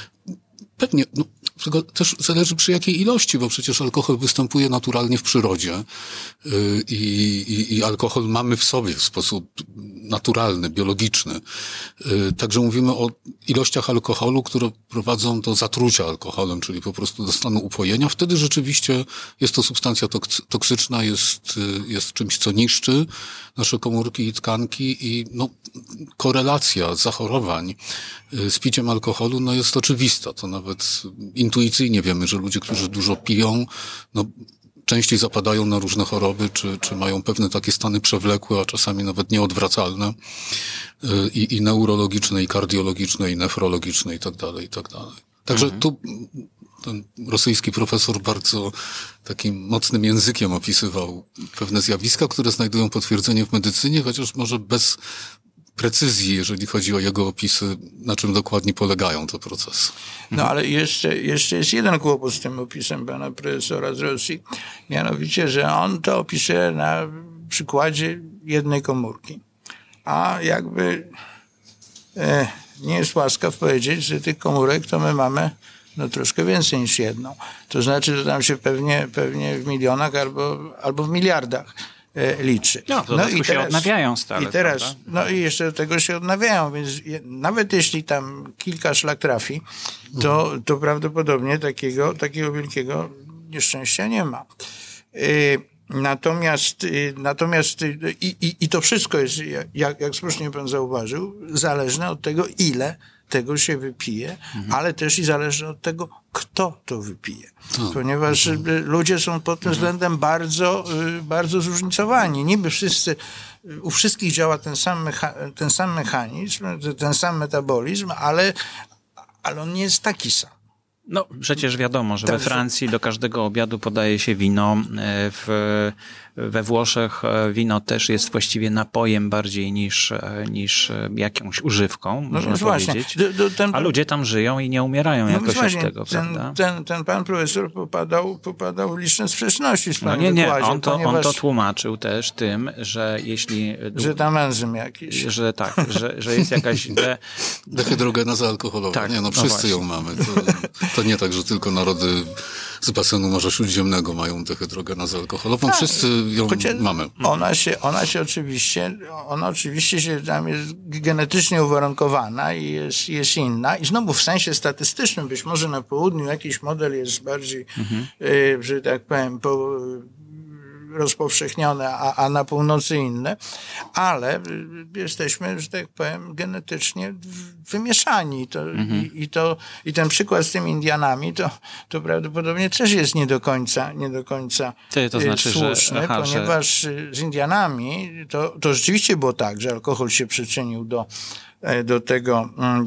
Pewnie, no, tego też zależy przy jakiej ilości, bo przecież alkohol występuje naturalnie w przyrodzie yy, i, i, i alkohol mamy w sobie w sposób naturalny, biologiczny. Yy, także mówimy o ilościach alkoholu, które prowadzą do zatrucia alkoholem, czyli po prostu do stanu upojenia. Wtedy rzeczywiście jest to substancja toks- toksyczna, jest, yy, jest czymś, co niszczy nasze komórki i tkanki i no, korelacja zachorowań yy, z piciem alkoholu no, jest oczywista. To nawet intuicyjnie wiemy, że ludzie, którzy dużo piją, no, częściej zapadają na różne choroby, czy, czy mają pewne takie stany przewlekłe, a czasami nawet nieodwracalne yy, i, i neurologiczne, i kardiologiczne, i nefrologiczne, i tak dalej, i tak dalej. Także mhm. tu ten rosyjski profesor bardzo takim mocnym językiem opisywał pewne zjawiska, które znajdują potwierdzenie w medycynie, chociaż może bez precyzji, jeżeli chodzi o jego opisy, na czym dokładnie polegają te procesy. No ale jeszcze, jeszcze jest jeden kłopot z tym opisem pana profesora z Rosji, mianowicie, że on to opisuje na przykładzie jednej komórki. A jakby e, nie jest łaskaw powiedzieć, że tych komórek to my mamy no troszkę więcej niż jedną. To znaczy, że tam się pewnie, pewnie w milionach albo, albo w miliardach liczy. No, to no i się odnawiają stale. I teraz, prawda? no i jeszcze do tego się odnawiają, więc je, nawet jeśli tam kilka szlak trafi, to, to prawdopodobnie takiego, takiego wielkiego nieszczęścia nie ma. Y, natomiast, y, natomiast y, i, i to wszystko jest, jak, jak słusznie pan zauważył, zależne od tego, ile tego się wypije, mhm. ale też i zależy od tego, kto to wypije. To. Ponieważ mhm. ludzie są pod tym względem bardzo, bardzo zróżnicowani. Niby wszyscy, u wszystkich działa ten sam, mecha- ten sam mechanizm, ten sam metabolizm, ale, ale on nie jest taki sam. No przecież wiadomo, że tak, we Francji do każdego obiadu podaje się wino. W, we Włoszech wino też jest właściwie napojem bardziej niż, niż jakąś używką, no można powiedzieć. Do, do, ten, A ludzie tam żyją i nie umierają no jakoś właśnie, od tego, ten, prawda? Ten, ten pan profesor popadał, popadał w liczne sprzeczności z panem No nie, nie, wykładzie, on to, ponieważ, on to tłumaczył też tym, że jeśli... Że tam enzym jakiś. Że tak, że, że jest jakaś... De... Dehydrogenaza alkoholowa. Tak, nie, no no wszyscy właśnie. ją mamy. To, to nie tak, że tylko narody z basenu Morza Śródziemnego mają dehydrogenazę alkoholową. Tak, wszyscy ją chociaż mamy. Ona się, ona się oczywiście, ona oczywiście się tam jest genetycznie uwarunkowana i jest, jest inna. I znowu w sensie statystycznym, być może na południu jakiś model jest bardziej, mhm. y, że tak powiem, po, rozpowszechnione, a, a na północy inne, ale jesteśmy, że tak powiem, genetycznie wymieszani. To, mhm. i, i, to, I ten przykład z tymi Indianami, to, to prawdopodobnie też jest nie do końca, nie do końca to, to znaczy, słuszny, że, aha, ponieważ że... z Indianami to, to rzeczywiście było tak, że alkohol się przyczynił do do tego,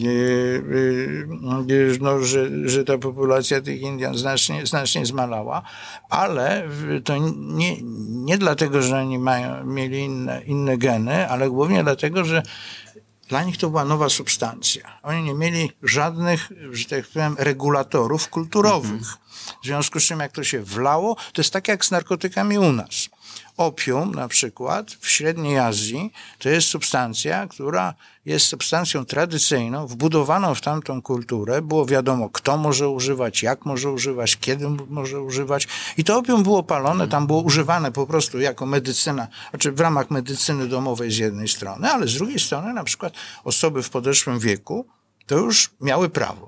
no, że, że ta populacja tych Indian znacznie, znacznie zmalała, ale to nie, nie dlatego, że oni mają, mieli inne, inne geny, ale głównie dlatego, że dla nich to była nowa substancja. Oni nie mieli żadnych, że tak powiem, regulatorów kulturowych. W związku z czym, jak to się wlało, to jest tak jak z narkotykami u nas. Opium na przykład w Średniej Azji to jest substancja, która jest substancją tradycyjną, wbudowaną w tamtą kulturę. Było wiadomo, kto może używać, jak może używać, kiedy może używać. I to opium było palone, tam było używane po prostu jako medycyna, znaczy w ramach medycyny domowej z jednej strony, ale z drugiej strony na przykład osoby w podeszłym wieku to już miały prawo.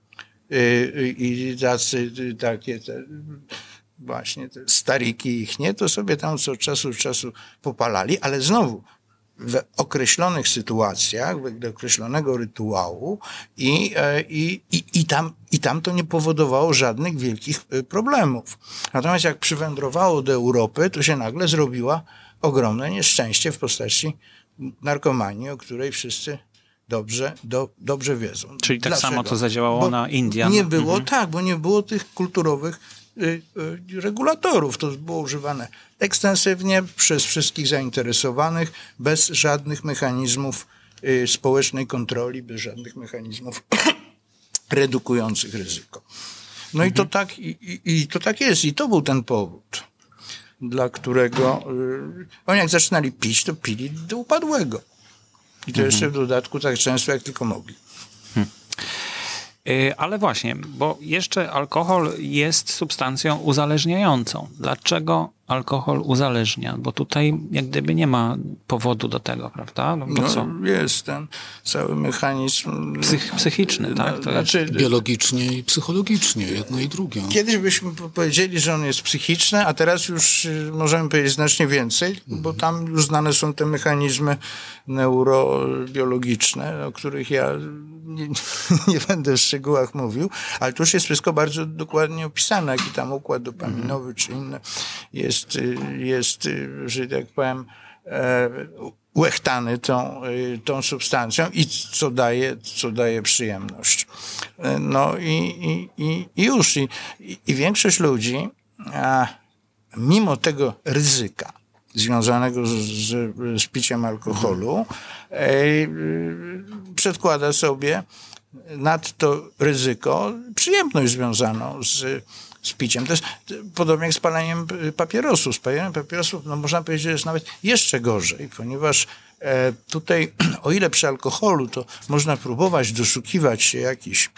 I tacy, takie te, właśnie te stariki ich, nie, to sobie tam co czasu czasu popalali, ale znowu w określonych sytuacjach, wedle określonego rytuału i, i, i, i, tam, i tam to nie powodowało żadnych wielkich problemów. Natomiast jak przywędrowało do Europy, to się nagle zrobiła ogromne nieszczęście w postaci narkomanii, o której wszyscy dobrze, do, dobrze wiedzą. Czyli tak Dlaczego? samo to zadziałało Bo na Indian? Nie było, mhm. tak, bo nie było tych kulturowych y, y, regulatorów. To było używane ekstensywnie przez wszystkich zainteresowanych, bez żadnych mechanizmów y, społecznej kontroli, bez żadnych mechanizmów redukujących ryzyko. No mhm. i to tak, i, i, i to tak jest. I to był ten powód, dla którego y, oni jak zaczynali pić, to pili do upadłego. I to jeszcze w dodatku tak często, jak tylko mogli. Hmm. Yy, ale właśnie, bo jeszcze alkohol jest substancją uzależniającą. Dlaczego alkohol uzależnia? Bo tutaj jak gdyby nie ma powodu do tego, prawda? No, bo no, co? Jest ten cały mechanizm Psych, psychiczny, tak? To znaczy, jest... Biologicznie i psychologicznie, jedno i drugie. Kiedyś byśmy powiedzieli, że on jest psychiczny, a teraz już możemy powiedzieć znacznie więcej, mhm. bo tam już znane są te mechanizmy neurobiologiczne, o których ja nie, nie będę w szczegółach mówił, ale tu już jest wszystko bardzo dokładnie opisane, jaki tam układ dopaminowy czy inny jest Jest, jest, że tak powiem, łechtany tą, tą substancją i co daje, co daje przyjemność. No i, i, i, i już. I, i większość ludzi, a, mimo tego ryzyka związanego z, z, z piciem alkoholu, e, przedkłada sobie nad to ryzyko przyjemność związaną z z piciem. To jest podobnie jak z paleniem papierosów. Z paleniem papierosów, no można powiedzieć, że jest nawet jeszcze gorzej, ponieważ e, tutaj, o ile przy alkoholu, to można próbować doszukiwać się jakichś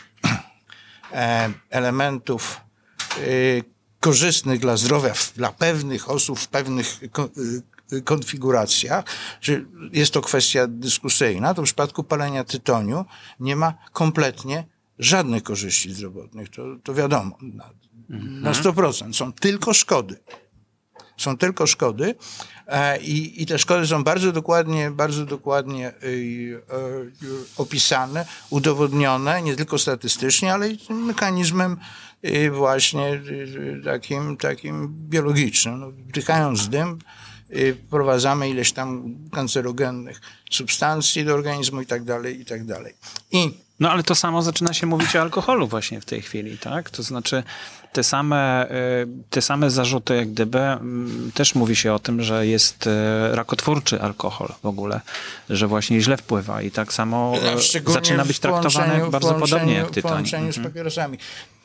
e, elementów e, korzystnych dla zdrowia, w, dla pewnych osób, w pewnych ko, e, konfiguracjach, że jest to kwestia dyskusyjna, to w przypadku palenia tytoniu nie ma kompletnie żadnych korzyści zdrowotnych. To, to wiadomo. Na sto procent. Są tylko szkody. Są tylko szkody e, i, i te szkody są bardzo dokładnie, bardzo dokładnie y, y, opisane, udowodnione, nie tylko statystycznie, ale i tym mechanizmem y, właśnie y, takim, takim biologicznym. No, wdychając dym, y, wprowadzamy ileś tam kancerogennych substancji do organizmu i tak dalej, i tak dalej. I No ale to samo zaczyna się mówić o alkoholu właśnie w tej chwili, tak? To znaczy te same, te same zarzuty jak gdyby, też mówi się o tym, że jest rakotwórczy alkohol w ogóle, że właśnie źle wpływa i tak samo zaczyna być traktowany bardzo podobnie jak tytoń. W połączeniu mhm. z papierosami.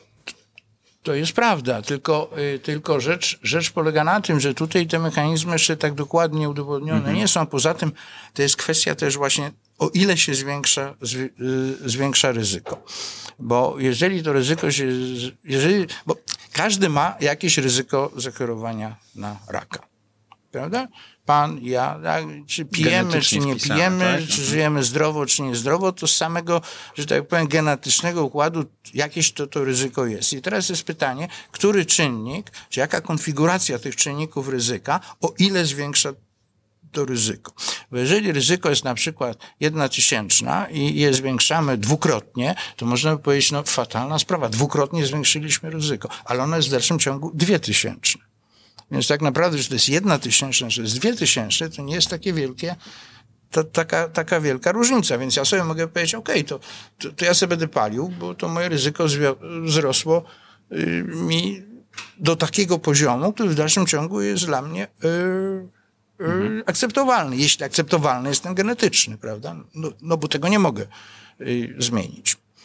To jest prawda, tylko, tylko rzecz, rzecz polega na tym, że tutaj te mechanizmy jeszcze tak dokładnie udowodnione mhm. nie są. Poza tym to jest kwestia też właśnie, o ile się zwiększa, zwiększa ryzyko. Bo jeżeli to ryzyko się, jeżeli, bo każdy ma jakieś ryzyko zachorowania na raka. Prawda? Pan, ja, tak? Czy pijemy, czy nie wpisane, pijemy, tak? Czy mhm. żyjemy zdrowo, czy niezdrowo, to z samego, że tak powiem, genetycznego układu jakieś to, to ryzyko jest. I teraz jest pytanie, który czynnik, czy jaka konfiguracja tych czynników ryzyka, o ile zwiększa to ryzyko. Bo jeżeli ryzyko jest na przykład jedna tysięczna i je zwiększamy dwukrotnie, to można by powiedzieć, no fatalna sprawa, dwukrotnie zwiększyliśmy ryzyko, ale ono jest w dalszym ciągu dwie tysięczne. Więc tak naprawdę, że to jest jedna tysięczna, że jest dwie tysięczne, to nie jest takie wielkie, to, taka, taka wielka różnica. Więc ja sobie mogę powiedzieć, okej, okay, to, to, to ja sobie będę palił, bo to moje ryzyko wzrosło y, mi do takiego poziomu, który w dalszym ciągu jest dla mnie y, y, mhm. akceptowalny. Jeśli akceptowalny jest ten genetyczny, prawda? No, no bo tego nie mogę y, zmienić.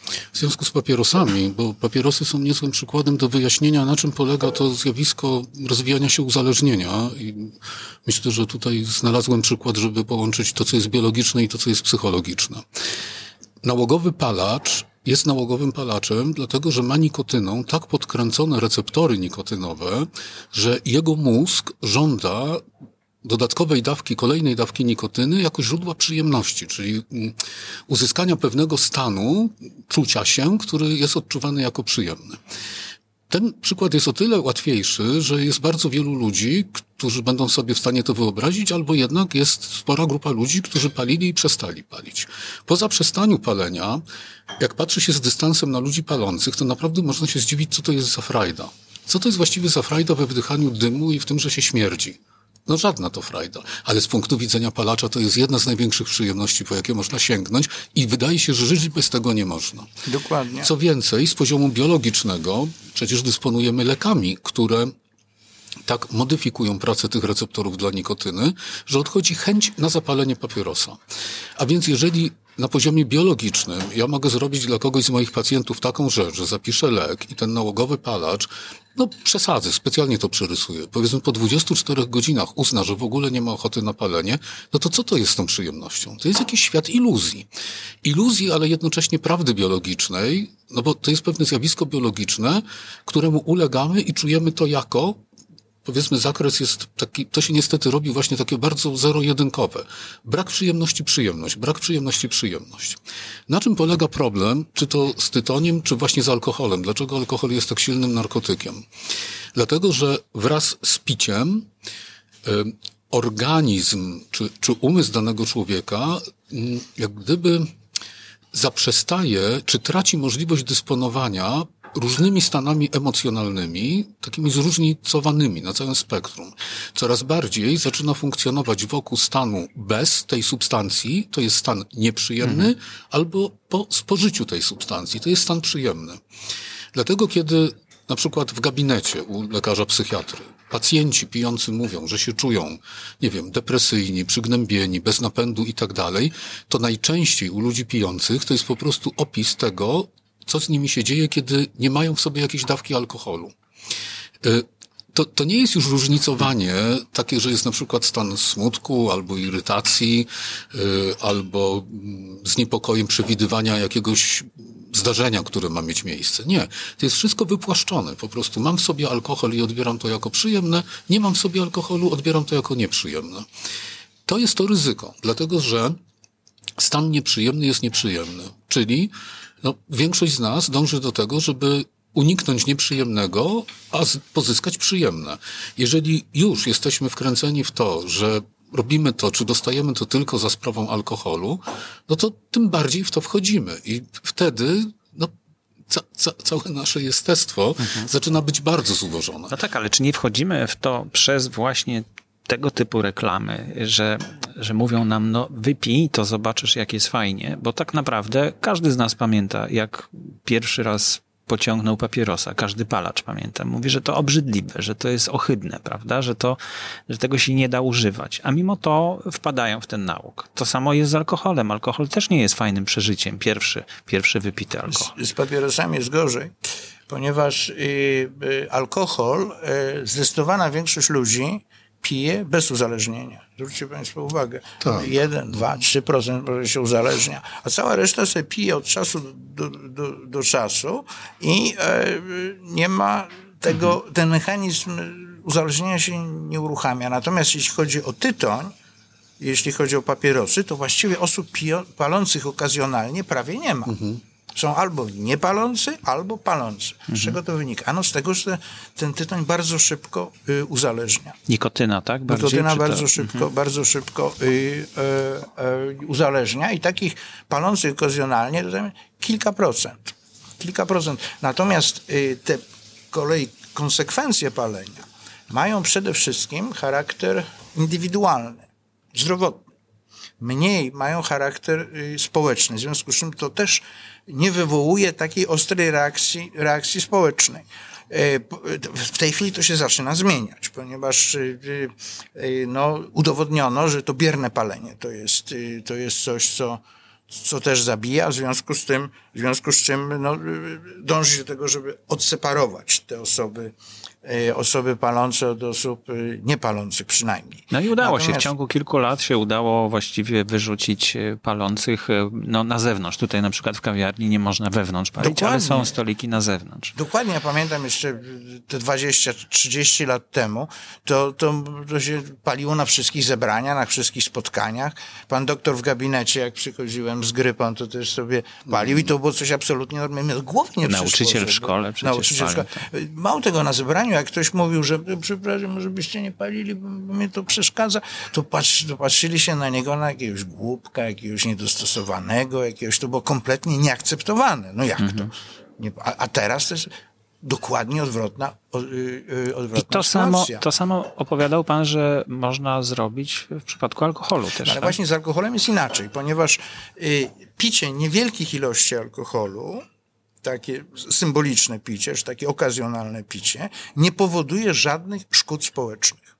W związku z papierosami, bo papierosy są niezłym przykładem do wyjaśnienia, na czym polega to zjawisko rozwijania się uzależnienia. I myślę, że tutaj znalazłem przykład, żeby połączyć to, co jest biologiczne i to, co jest psychologiczne. Nałogowy palacz jest nałogowym palaczem, dlatego że ma nikotyną tak podkręcone receptory nikotynowe, że jego mózg żąda dodatkowej dawki, kolejnej dawki nikotyny jako źródła przyjemności, czyli uzyskania pewnego stanu czucia się, który jest odczuwany jako przyjemny. Ten przykład jest o tyle łatwiejszy, że jest bardzo wielu ludzi, którzy będą sobie w stanie to wyobrazić, albo jednak jest spora grupa ludzi, którzy palili i przestali palić. Po zaprzestaniu palenia, jak patrzy się z dystansem na ludzi palących, to naprawdę można się zdziwić, co to jest za frajda. Co to jest właściwie za frajda we wdychaniu dymu i w tym, że się śmierdzi? No żadna to frajda, ale z punktu widzenia palacza to jest jedna z największych przyjemności, po jakie można sięgnąć i wydaje się, że żyć bez tego nie można. Dokładnie. Co więcej, z poziomu biologicznego przecież dysponujemy lekami, które tak modyfikują pracę tych receptorów dla nikotyny, że odchodzi chęć na zapalenie papierosa. A więc jeżeli na poziomie biologicznym ja mogę zrobić dla kogoś z moich pacjentów taką rzecz, że zapiszę lek i ten nałogowy palacz, no przesadzę, specjalnie to przerysuję, powiedzmy po dwudziestu czterech godzinach uzna, że w ogóle nie ma ochoty na palenie, no to co to jest z tą przyjemnością? To jest jakiś świat iluzji. Iluzji, ale jednocześnie prawdy biologicznej, no bo to jest pewne zjawisko biologiczne, któremu ulegamy i czujemy to jako, powiedzmy, zakres jest taki, to się niestety robi właśnie takie bardzo zero-jedynkowe. Brak przyjemności, przyjemność, brak przyjemności, przyjemność. Na czym polega problem, czy to z tytoniem, czy właśnie z alkoholem? Dlaczego alkohol jest tak silnym narkotykiem? Dlatego, że wraz z piciem y, organizm, czy, czy umysł danego człowieka y, jak gdyby zaprzestaje, czy traci możliwość dysponowania różnymi stanami emocjonalnymi, takimi zróżnicowanymi na całym spektrum. Coraz bardziej zaczyna funkcjonować wokół stanu bez tej substancji, to jest stan nieprzyjemny, mhm. albo po spożyciu tej substancji, to jest stan przyjemny. Dlatego kiedy na przykład w gabinecie u lekarza psychiatry pacjenci pijący mówią, że się czują, nie wiem, depresyjni, przygnębieni, bez napędu i tak dalej, to najczęściej u ludzi pijących to jest po prostu opis tego, co z nimi się dzieje, kiedy nie mają w sobie jakiejś dawki alkoholu. To, to nie jest już różnicowanie takie, że jest na przykład stan smutku albo irytacji, albo z niepokojem przewidywania jakiegoś zdarzenia, które ma mieć miejsce. Nie. To jest wszystko wypłaszczone. Po prostu mam w sobie alkohol i odbieram to jako przyjemne, nie mam w sobie alkoholu, odbieram to jako nieprzyjemne. To jest to ryzyko, dlatego że stan nieprzyjemny jest nieprzyjemny. Czyli no, większość z nas dąży do tego, żeby uniknąć nieprzyjemnego, a pozyskać przyjemne. Jeżeli już jesteśmy wkręceni w to, że robimy to, czy dostajemy to tylko za sprawą alkoholu, no to tym bardziej w to wchodzimy. I wtedy no, ca, ca, całe nasze jestestwo mhm. zaczyna być bardzo zubożone. No tak, ale czy nie wchodzimy w to przez właśnie tego typu reklamy, że, że mówią nam, no wypij, to zobaczysz, jak jest fajnie, bo tak naprawdę każdy z nas pamięta, jak pierwszy raz pociągnął papierosa, każdy palacz pamięta. Mówi, że to obrzydliwe, że to jest ohydne, prawda, że to, że tego się nie da używać, a mimo to wpadają w ten nałóg. To samo jest z alkoholem. Alkohol też nie jest fajnym przeżyciem. Pierwszy, pierwszy wypity alkohol. Z, z papierosami jest gorzej, ponieważ y, y, alkohol, y, zdecydowana większość ludzi pije bez uzależnienia. Zwróćcie Państwo uwagę. Tak. jeden, dwa, trzy procent może się uzależnia, a cała reszta sobie pije od czasu do, do, do czasu i e, nie ma tego, mhm. ten mechanizm uzależnienia się nie uruchamia. Natomiast jeśli chodzi o tytoń, jeśli chodzi o papierosy, to właściwie osób pijo, palących okazjonalnie prawie nie ma. Mhm. Są albo niepalący, albo palący. Z mhm. czego to wynika? Ano z tego, że ten tytoń bardzo szybko y, uzależnia. Nikotyna, tak? Bardziej, Nikotyna bardzo to... szybko, mhm. bardzo szybko y, y, y, uzależnia i takich palących okazjonalnie to kilka procent. Kilka procent. Natomiast y, te kolei konsekwencje palenia mają przede wszystkim charakter indywidualny, zdrowotny. Mniej mają charakter y, społeczny. W związku z czym to też nie wywołuje takiej ostrej reakcji, reakcji społecznej. W tej chwili to się zaczyna zmieniać, ponieważ no, udowodniono, że to bierne palenie to jest, to jest coś, co, co też zabija, w związku z tym, w związku z czym no, dąży do tego, żeby odseparować te osoby, osoby palące od osób niepalących przynajmniej. No i udało Natomiast... się, w ciągu kilku lat się udało właściwie wyrzucić palących no, na zewnątrz. Tutaj na przykład w kawiarni nie można wewnątrz palić, Dokładnie. ale są stoliki na zewnątrz. Dokładnie, ja pamiętam jeszcze te dwadzieścia trzydzieści lat temu, to, to, to się paliło na wszystkich zebraniach, na wszystkich spotkaniach. Pan doktor w gabinecie, jak przychodziłem z grypą, to też sobie palił i to było coś absolutnie normalnego. Głowy nie przyszło. Nauczyciel w szkole przecież Nauczyciel w szkole. Mało tego, na zebraniu, jak ktoś mówił, że przepraszam, może byście nie palili, bo mnie to przeszkadza, to, patrz, to patrzyli się na niego na jakiegoś głupka, jakiegoś niedostosowanego, jakiegoś, to było kompletnie nieakceptowane. No jak mhm. to? Nie, a, a teraz to jest dokładnie odwrotna, yy, odwrotna I to sytuacja. samo, to samo opowiadał pan, że można zrobić w przypadku alkoholu też. Ale tak? właśnie z alkoholem jest inaczej, ponieważ yy, picie niewielkich ilości alkoholu, takie symboliczne picie, czy takie okazjonalne picie, nie powoduje żadnych szkód społecznych.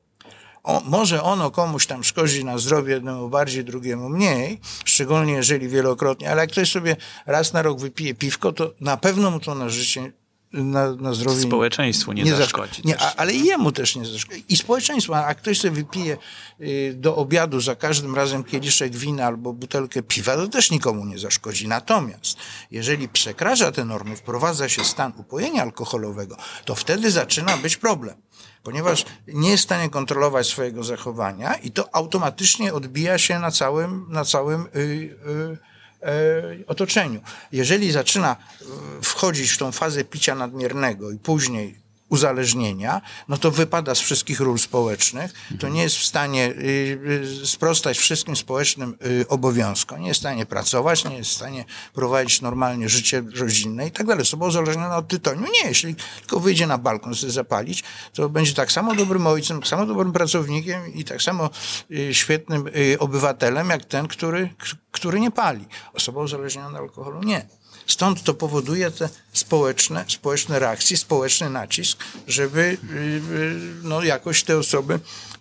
O, może ono komuś tam szkodzi na zdrowie, jednemu bardziej, drugiemu mniej, szczególnie jeżeli wielokrotnie, ale jak ktoś sobie raz na rok wypije piwko, to na pewno mu to na życie, na, na zdrowie... Społeczeństwu nie, nie zaszkodzi. Nie, a, ale i jemu też nie zaszkodzi. I społeczeństwu, a ktoś sobie wypije y, do obiadu za każdym razem kieliszek wina albo butelkę piwa, to też nikomu nie zaszkodzi. Natomiast jeżeli przekracza te normy, wprowadza się stan upojenia alkoholowego, to wtedy zaczyna być problem. Ponieważ nie jest w stanie kontrolować swojego zachowania i to automatycznie odbija się na całym, na całym yy, yy, yy, otoczeniu. Jeżeli zaczyna wchodzić w tą fazę picia nadmiernego i później uzależnienia, no to wypada z wszystkich ról społecznych, to nie jest w stanie y, y, sprostać wszystkim społecznym y, obowiązkom, nie jest w stanie pracować, nie jest w stanie prowadzić normalnie życie rodzinne i tak dalej. Osoba uzależniona od tytoniu nie, jeśli tylko wyjdzie na balkon sobie zapalić, to będzie tak samo dobrym ojcem, tak samo dobrym pracownikiem i tak samo y, świetnym y, obywatelem, jak ten, który, który nie pali. Osoba uzależniona od alkoholu nie. Stąd to powoduje te społeczne, społeczne reakcje, społeczny nacisk, żeby no, jakoś te osoby,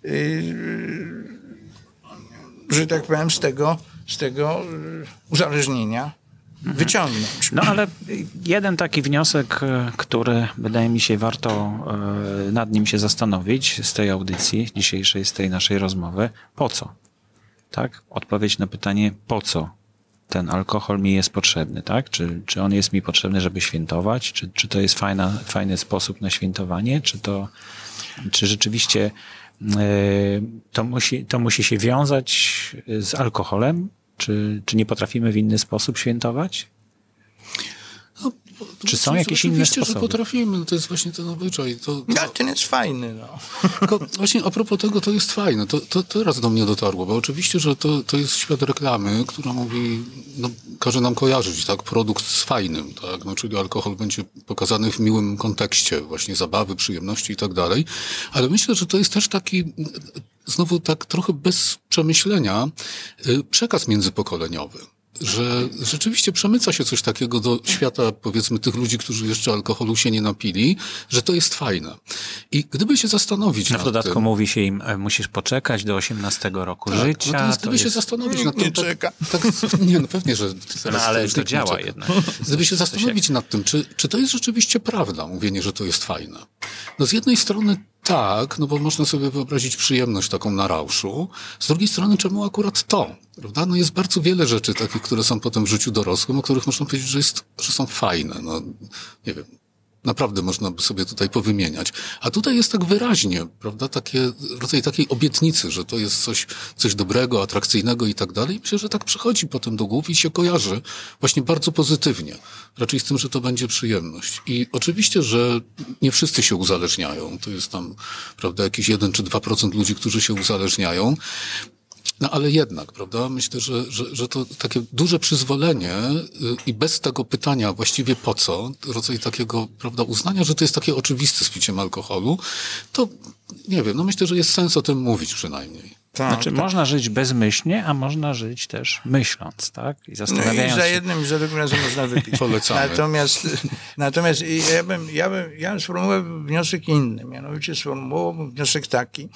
że tak powiem, z tego, z tego uzależnienia wyciągnąć. No ale jeden taki wniosek, który wydaje mi się warto nad nim się zastanowić z tej audycji dzisiejszej, z tej naszej rozmowy. Po co? Tak? Odpowiedź na pytanie po co ten alkohol mi jest potrzebny, tak? Czy, czy on jest mi potrzebny, żeby świętować? Czy, czy to jest fajna, fajny sposób na świętowanie? Czy to, czy rzeczywiście yy, to musi, to musi się wiązać z alkoholem? Czy, czy nie potrafimy w inny sposób świętować? No, czy są jakieś inne sposoby? Oczywiście, że potrafimy. No to jest właśnie ten obyczaj. To, to... No, ten jest fajny, no. Tylko właśnie a propos tego, to jest fajne. To, to teraz do mnie dotarło, bo oczywiście, że to, to jest świat reklamy, która mówi, no, każe nam kojarzyć, tak, produkt z fajnym, tak, no, czyli alkohol będzie pokazany w miłym kontekście, właśnie zabawy, przyjemności i tak dalej. Ale myślę, że to jest też taki, znowu tak trochę bez przemyślenia, przekaz międzypokoleniowy. Że rzeczywiście przemyca się coś takiego do świata, powiedzmy, tych ludzi, którzy jeszcze alkoholu się nie napili, że to jest fajne. I gdyby się zastanowić no, nad w dodatku tym... mówi się im, musisz poczekać do osiemnastego roku tak, życia. No to jest, gdyby to się jest... zastanowić nad nie tym... czeka. Tak, tak, nie, no pewnie, że teraz no, ale to już to działa jednak. Gdyby się zastanowić nad tym, czy, czy to jest rzeczywiście prawda, mówienie, że to jest fajne. No z jednej strony tak, no bo można sobie wyobrazić przyjemność taką na rauszu. Z drugiej strony, czemu akurat to? Prawda? No jest bardzo wiele rzeczy takich, które są potem w życiu dorosłym, o których można powiedzieć, że, jest, że są fajne. No, nie wiem. Naprawdę można by sobie tutaj powymieniać. A tutaj jest tak wyraźnie, prawda, takie, rodzaj takiej obietnicy, że to jest coś, coś dobrego, atrakcyjnego i tak dalej. Myślę, że tak przychodzi potem do głowy i się kojarzy właśnie bardzo pozytywnie. Raczej z tym, że to będzie przyjemność. I oczywiście, że nie wszyscy się uzależniają. To jest tam, prawda, jakieś jeden czy dwa procent ludzi, którzy się uzależniają. No ale jednak, prawda, myślę, że, że, że to takie duże przyzwolenie i bez tego pytania właściwie po co, rodzaj takiego, prawda, uznania, że to jest takie oczywiste z piciem alkoholu, to nie wiem, no myślę, że jest sens o tym mówić przynajmniej. Tak, znaczy tak. Można żyć bezmyślnie, a można żyć też myśląc, tak? I zastanawiając no i za się. jednym i za drugim razem można wypić. Polecamy. Natomiast, natomiast ja bym, ja bym, ja bym sformułował wniosek inny, mianowicie sformułował wniosek taki,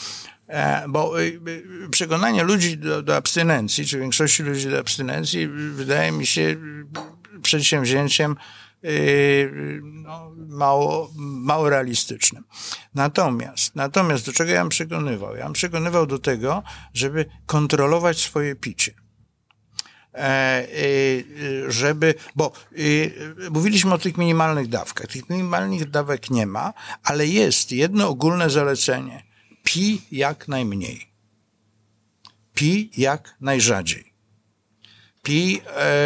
Bo przekonanie ludzi do, do abstynencji, czy większości ludzi do abstynencji, wydaje mi się przedsięwzięciem no, mało, mało realistycznym. Natomiast, natomiast do czego ja bym przekonywał? Ja bym przekonywał do tego, żeby kontrolować swoje picie. Żeby, bo mówiliśmy o tych minimalnych dawkach. Tych minimalnych dawek nie ma, ale jest jedno ogólne zalecenie. Pij jak najmniej. Pij jak najrzadziej. Pij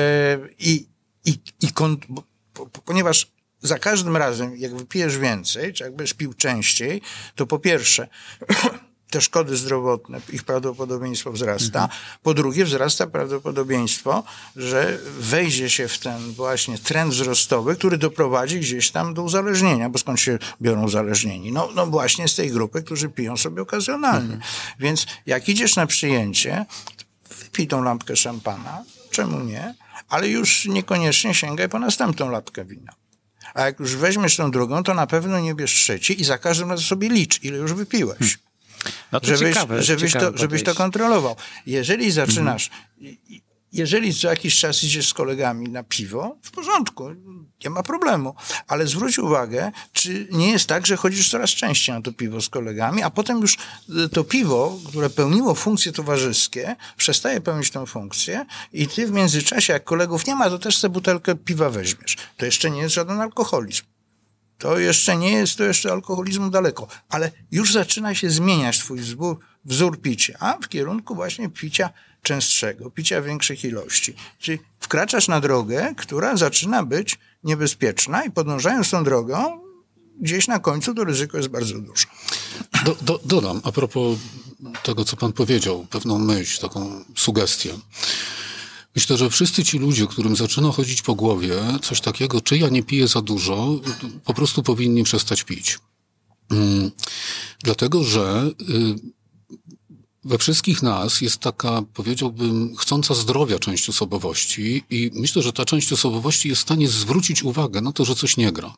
i, i, i kont- bo, po, ponieważ za każdym razem, jak wypijesz więcej, czy jak będziesz pił częściej, to po pierwsze te szkody zdrowotne, ich prawdopodobieństwo wzrasta. Mhm. Po drugie, wzrasta prawdopodobieństwo, że wejdzie się w ten właśnie trend wzrostowy, który doprowadzi gdzieś tam do uzależnienia. Bo skąd się biorą uzależnieni? No, no właśnie z tej grupy, którzy piją sobie okazjonalnie. Mhm. Więc jak idziesz na przyjęcie, wypij tą lampkę szampana, czemu nie? Ale już niekoniecznie sięgaj po następną lampkę wina. A jak już weźmiesz tą drugą, to na pewno nie bierz trzeciej i za każdym razem sobie licz, ile już wypiłeś. Hmm. No to żebyś, ciekawe, żebyś, ciekawe to, żebyś to kontrolował. Jeżeli zaczynasz, mhm. jeżeli co jakiś czas idziesz z kolegami na piwo, w porządku, nie ma problemu, ale zwróć uwagę, czy nie jest tak, że chodzisz coraz częściej na to piwo z kolegami, a potem już to piwo, które pełniło funkcje towarzyskie, przestaje pełnić tę funkcję i ty w międzyczasie, jak kolegów nie ma, to też sobie butelkę piwa weźmiesz. To jeszcze nie jest żaden alkoholizm. To jeszcze nie jest, to jeszcze alkoholizmu daleko, ale już zaczyna się zmieniać twój wzór, wzór picia w kierunku właśnie picia częstszego, picia większych ilości. Czyli wkraczasz na drogę, która zaczyna być niebezpieczna i podążając tą drogą, gdzieś na końcu to ryzyko jest bardzo duże. Do, do, dodam, a propos tego, co pan powiedział, pewną myśl, taką sugestię. Myślę, że wszyscy ci ludzie, którym zaczyna chodzić po głowie coś takiego, czy ja nie piję za dużo, po prostu powinni przestać pić. Hmm. Dlatego, że y, we wszystkich nas jest taka, powiedziałbym, chcąca zdrowia część osobowości i myślę, że ta część osobowości jest w stanie zwrócić uwagę na to, że coś nie gra.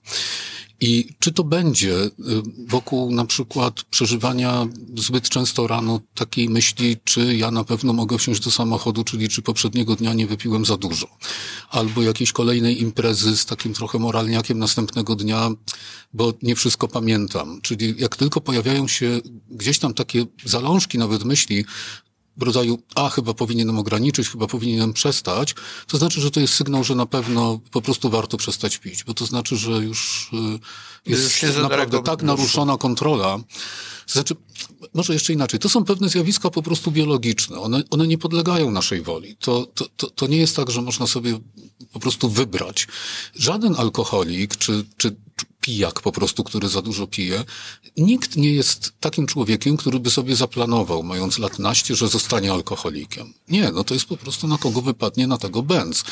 I czy to będzie wokół na przykład przeżywania zbyt często rano takiej myśli, czy ja na pewno mogę wsiąść do samochodu, czyli czy poprzedniego dnia nie wypiłem za dużo. Albo jakiejś kolejnej imprezy z takim trochę moralniakiem następnego dnia, bo nie wszystko pamiętam. Czyli jak tylko pojawiają się gdzieś tam takie zalążki nawet myśli, w rodzaju, a chyba powinienem ograniczyć, chyba powinienem przestać, to znaczy, że to jest sygnał, że na pewno po prostu warto przestać pić, bo to znaczy, że już jest już naprawdę tak naruszona kontrola. To znaczy, może jeszcze inaczej, to są pewne zjawiska po prostu biologiczne, one, one nie podlegają naszej woli. To, to, to, to nie jest tak, że można sobie po prostu wybrać. Żaden alkoholik, czy, czy pijak po prostu, który za dużo pije, nikt nie jest takim człowiekiem, który by sobie zaplanował, mając lat naście, że zostanie alkoholikiem. Nie, no to jest po prostu na kogo wypadnie, na tego bęc.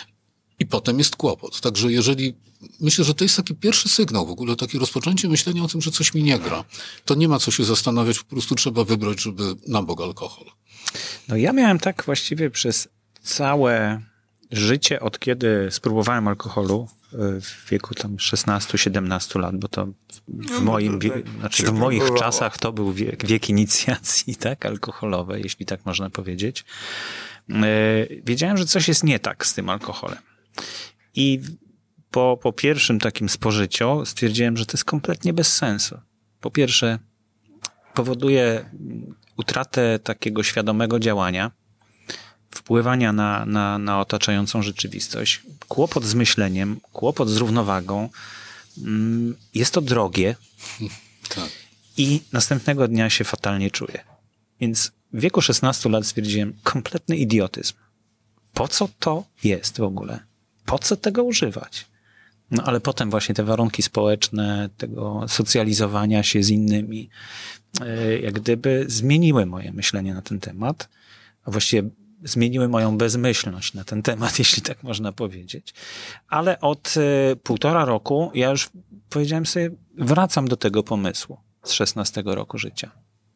I potem jest kłopot. Także jeżeli, myślę, że to jest taki pierwszy sygnał w ogóle, takie rozpoczęcie myślenia o tym, że coś mi nie gra. To nie ma co się zastanawiać, po prostu trzeba wybrać, żeby na bok alkohol. No ja miałem tak właściwie przez całe życie, od kiedy spróbowałem alkoholu, w wieku tam szesnastu siedemnastu lat, bo to w, w moim, wie, znaczy w moich czasach to był wiek, wiek inicjacji, tak, alkoholowej, jeśli tak można powiedzieć. Wiedziałem, że coś jest nie tak z tym alkoholem. I po, po pierwszym takim spożyciu stwierdziłem, że to jest kompletnie bez sensu. Po pierwsze, powoduje utratę takiego świadomego działania, wpływania na, na, na otaczającą rzeczywistość, kłopot z myśleniem, kłopot z równowagą. Jest to drogie tak. I następnego dnia się fatalnie czuję. Więc w wieku szesnastu lat stwierdziłem, kompletny idiotyzm. Po co to jest w ogóle? Po co tego używać? No ale potem właśnie te warunki społeczne, tego socjalizowania się z innymi, jak gdyby zmieniły moje myślenie na ten temat, a właściwie zmieniły moją bezmyślność na ten temat, jeśli tak można powiedzieć. Ale od y, półtora roku ja już powiedziałem sobie, wracam do tego pomysłu z szesnastego roku życia.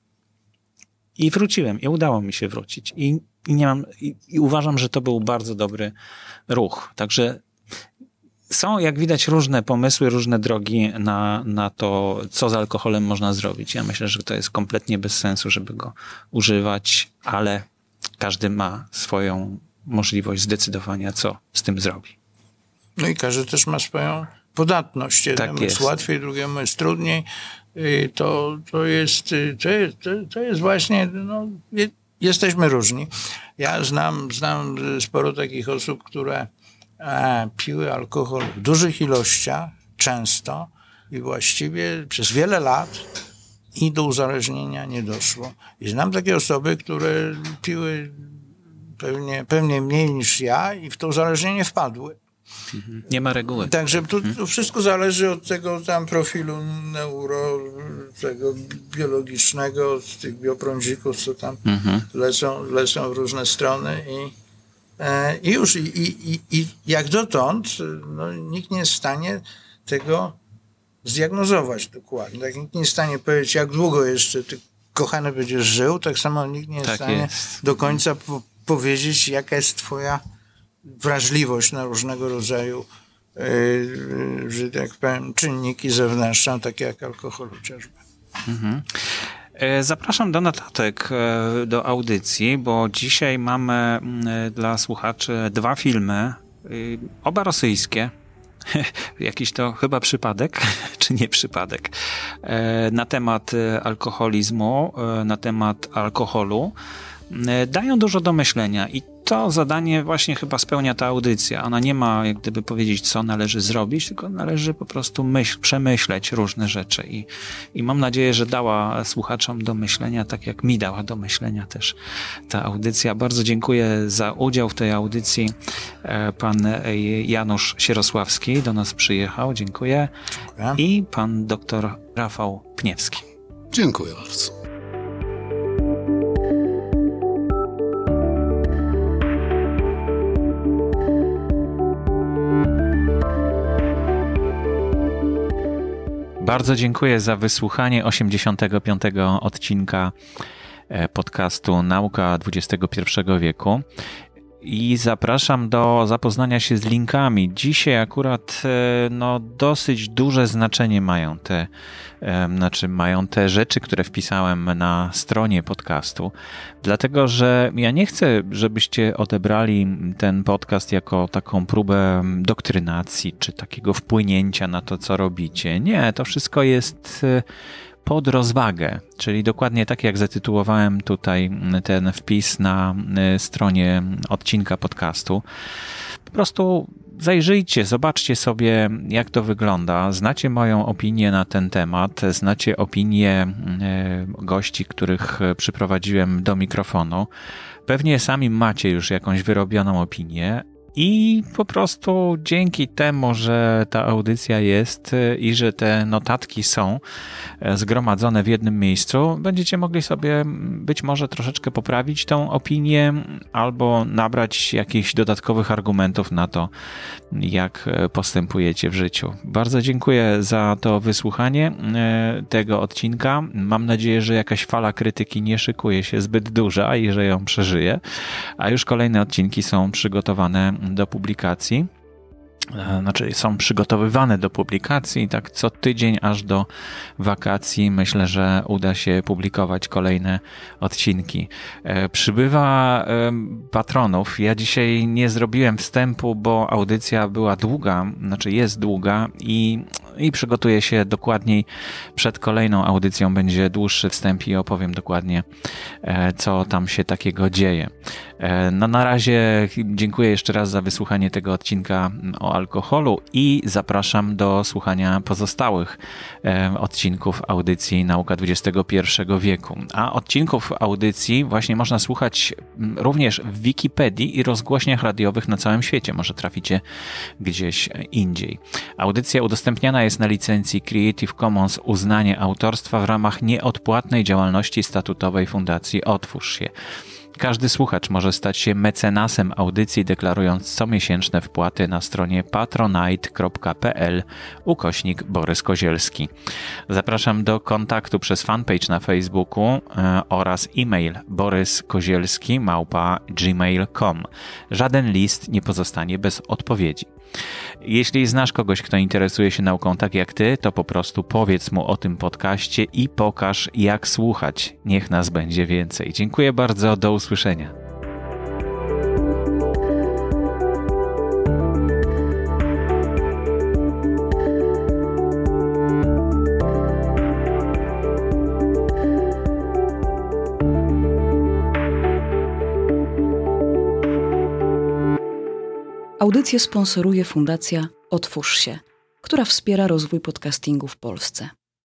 I wróciłem, i udało mi się wrócić. I, i, nie mam, i, i uważam, że to był bardzo dobry ruch. Także są, jak widać, różne pomysły, różne drogi na, na to, co z alkoholem można zrobić. Ja myślę, że to jest kompletnie bez sensu, żeby go używać, ale każdy ma swoją możliwość zdecydowania, co z tym zrobi. No i każdy też ma swoją podatność. Jednemu Tak jest jest. łatwiej, drugiemu jest trudniej. To, to, jest, to, jest, to jest właśnie, no, je, jesteśmy różni. Ja znam, znam sporo takich osób, które e, piły alkohol w dużych ilościach, często i właściwie przez wiele lat i do uzależnienia nie doszło. I znam takie osoby, które piły pewnie, pewnie mniej niż ja i w to uzależnienie wpadły. Nie ma reguły. Także tu, tu wszystko zależy od tego tam profilu neuro, tego biologicznego, z tych bioprądzików, co tam mhm. lecą, lecą w różne strony i, e, i już. I, i, i jak dotąd no, nikt nie jest w stanie tego zdiagnozować dokładnie. Tak, nikt nie jest w stanie powiedzieć, jak długo jeszcze ty, kochany, będziesz żył. Tak samo nikt nie jest tak w stanie jest. do końca po, powiedzieć, jaka jest twoja wrażliwość na różnego rodzaju, yy, że tak powiem, czynniki zewnętrzne, takie jak alkohol chociażby. Mhm. Zapraszam do notatek do audycji, bo dzisiaj mamy dla słuchaczy dwa filmy, oba rosyjskie. Jakiś to chyba przypadek, czy nie przypadek, na temat alkoholizmu, na temat alkoholu. Dają dużo do myślenia i to zadanie właśnie chyba spełnia ta audycja. Ona nie ma, jak gdyby powiedzieć, co należy zrobić, tylko należy po prostu myśl, przemyśleć różne rzeczy i, i mam nadzieję, że dała słuchaczom do myślenia, tak jak mi dała do myślenia też ta audycja. Bardzo dziękuję za udział w tej audycji. Pan Janusz Sierosławski do nas przyjechał. Dziękuję. Dziękuję. I pan doktor Rafał Pniewski. Dziękuję bardzo. Bardzo dziękuję za wysłuchanie osiemdziesiątego piątego odcinka podcastu Nauka dwudziestego pierwszego wieku i zapraszam do zapoznania się z linkami. Dzisiaj akurat no, dosyć duże znaczenie mają te, znaczy mają te rzeczy, które wpisałem na stronie podcastu, dlatego że ja nie chcę, żebyście odebrali ten podcast jako taką próbę doktrynacji, czy takiego wpłynięcia na to, co robicie. Nie, to wszystko jest pod rozwagę, czyli dokładnie tak jak zatytułowałem tutaj ten wpis na stronie odcinka podcastu. Po prostu zajrzyjcie, zobaczcie sobie, jak to wygląda. Znacie moją opinię na ten temat, znacie opinię gości, których przyprowadziłem do mikrofonu. Pewnie sami macie już jakąś wyrobioną opinię. I po prostu dzięki temu, że ta audycja jest i że te notatki są zgromadzone w jednym miejscu, będziecie mogli sobie być może troszeczkę poprawić tą opinię albo nabrać jakichś dodatkowych argumentów na to, jak postępujecie w życiu. Bardzo dziękuję za to wysłuchanie tego odcinka. Mam nadzieję, że jakaś fala krytyki nie szykuje się zbyt duża i że ją przeżyję, a już kolejne odcinki są przygotowane do publikacji, znaczy są przygotowywane do publikacji, tak co tydzień aż do wakacji myślę, że uda się publikować kolejne odcinki. Przybywa patronów. Ja dzisiaj nie zrobiłem wstępu, bo audycja była długa, znaczy jest długa i i przygotuję się dokładniej przed kolejną audycją. Będzie dłuższy wstęp i opowiem dokładnie, co tam się takiego dzieje. No na razie dziękuję jeszcze raz za wysłuchanie tego odcinka o alkoholu i zapraszam do słuchania pozostałych odcinków audycji Nauka dwudziestego pierwszego wieku. A odcinków audycji właśnie można słuchać również w Wikipedii i rozgłośniach radiowych na całym świecie. Może traficie gdzieś indziej. Audycja udostępniana jest na licencji Creative Commons uznanie autorstwa w ramach nieodpłatnej działalności statutowej Fundacji Otwórz się. Każdy słuchacz może stać się mecenasem audycji, deklarując comiesięczne wpłaty na stronie patronite.pl ukośnik Borys Kozielski. Zapraszam do kontaktu przez fanpage na Facebooku e, oraz e-mail boryskozielski małpa gmail kropka com. Żaden list nie pozostanie bez odpowiedzi. Jeśli znasz kogoś, kto interesuje się nauką tak jak ty, to po prostu powiedz mu o tym podcaście i pokaż, jak słuchać. Niech nas będzie więcej. Dziękuję bardzo, do usłyszenia. Audycję sponsoruje Fundacja Otwórz się, która wspiera rozwój podcastingu w Polsce.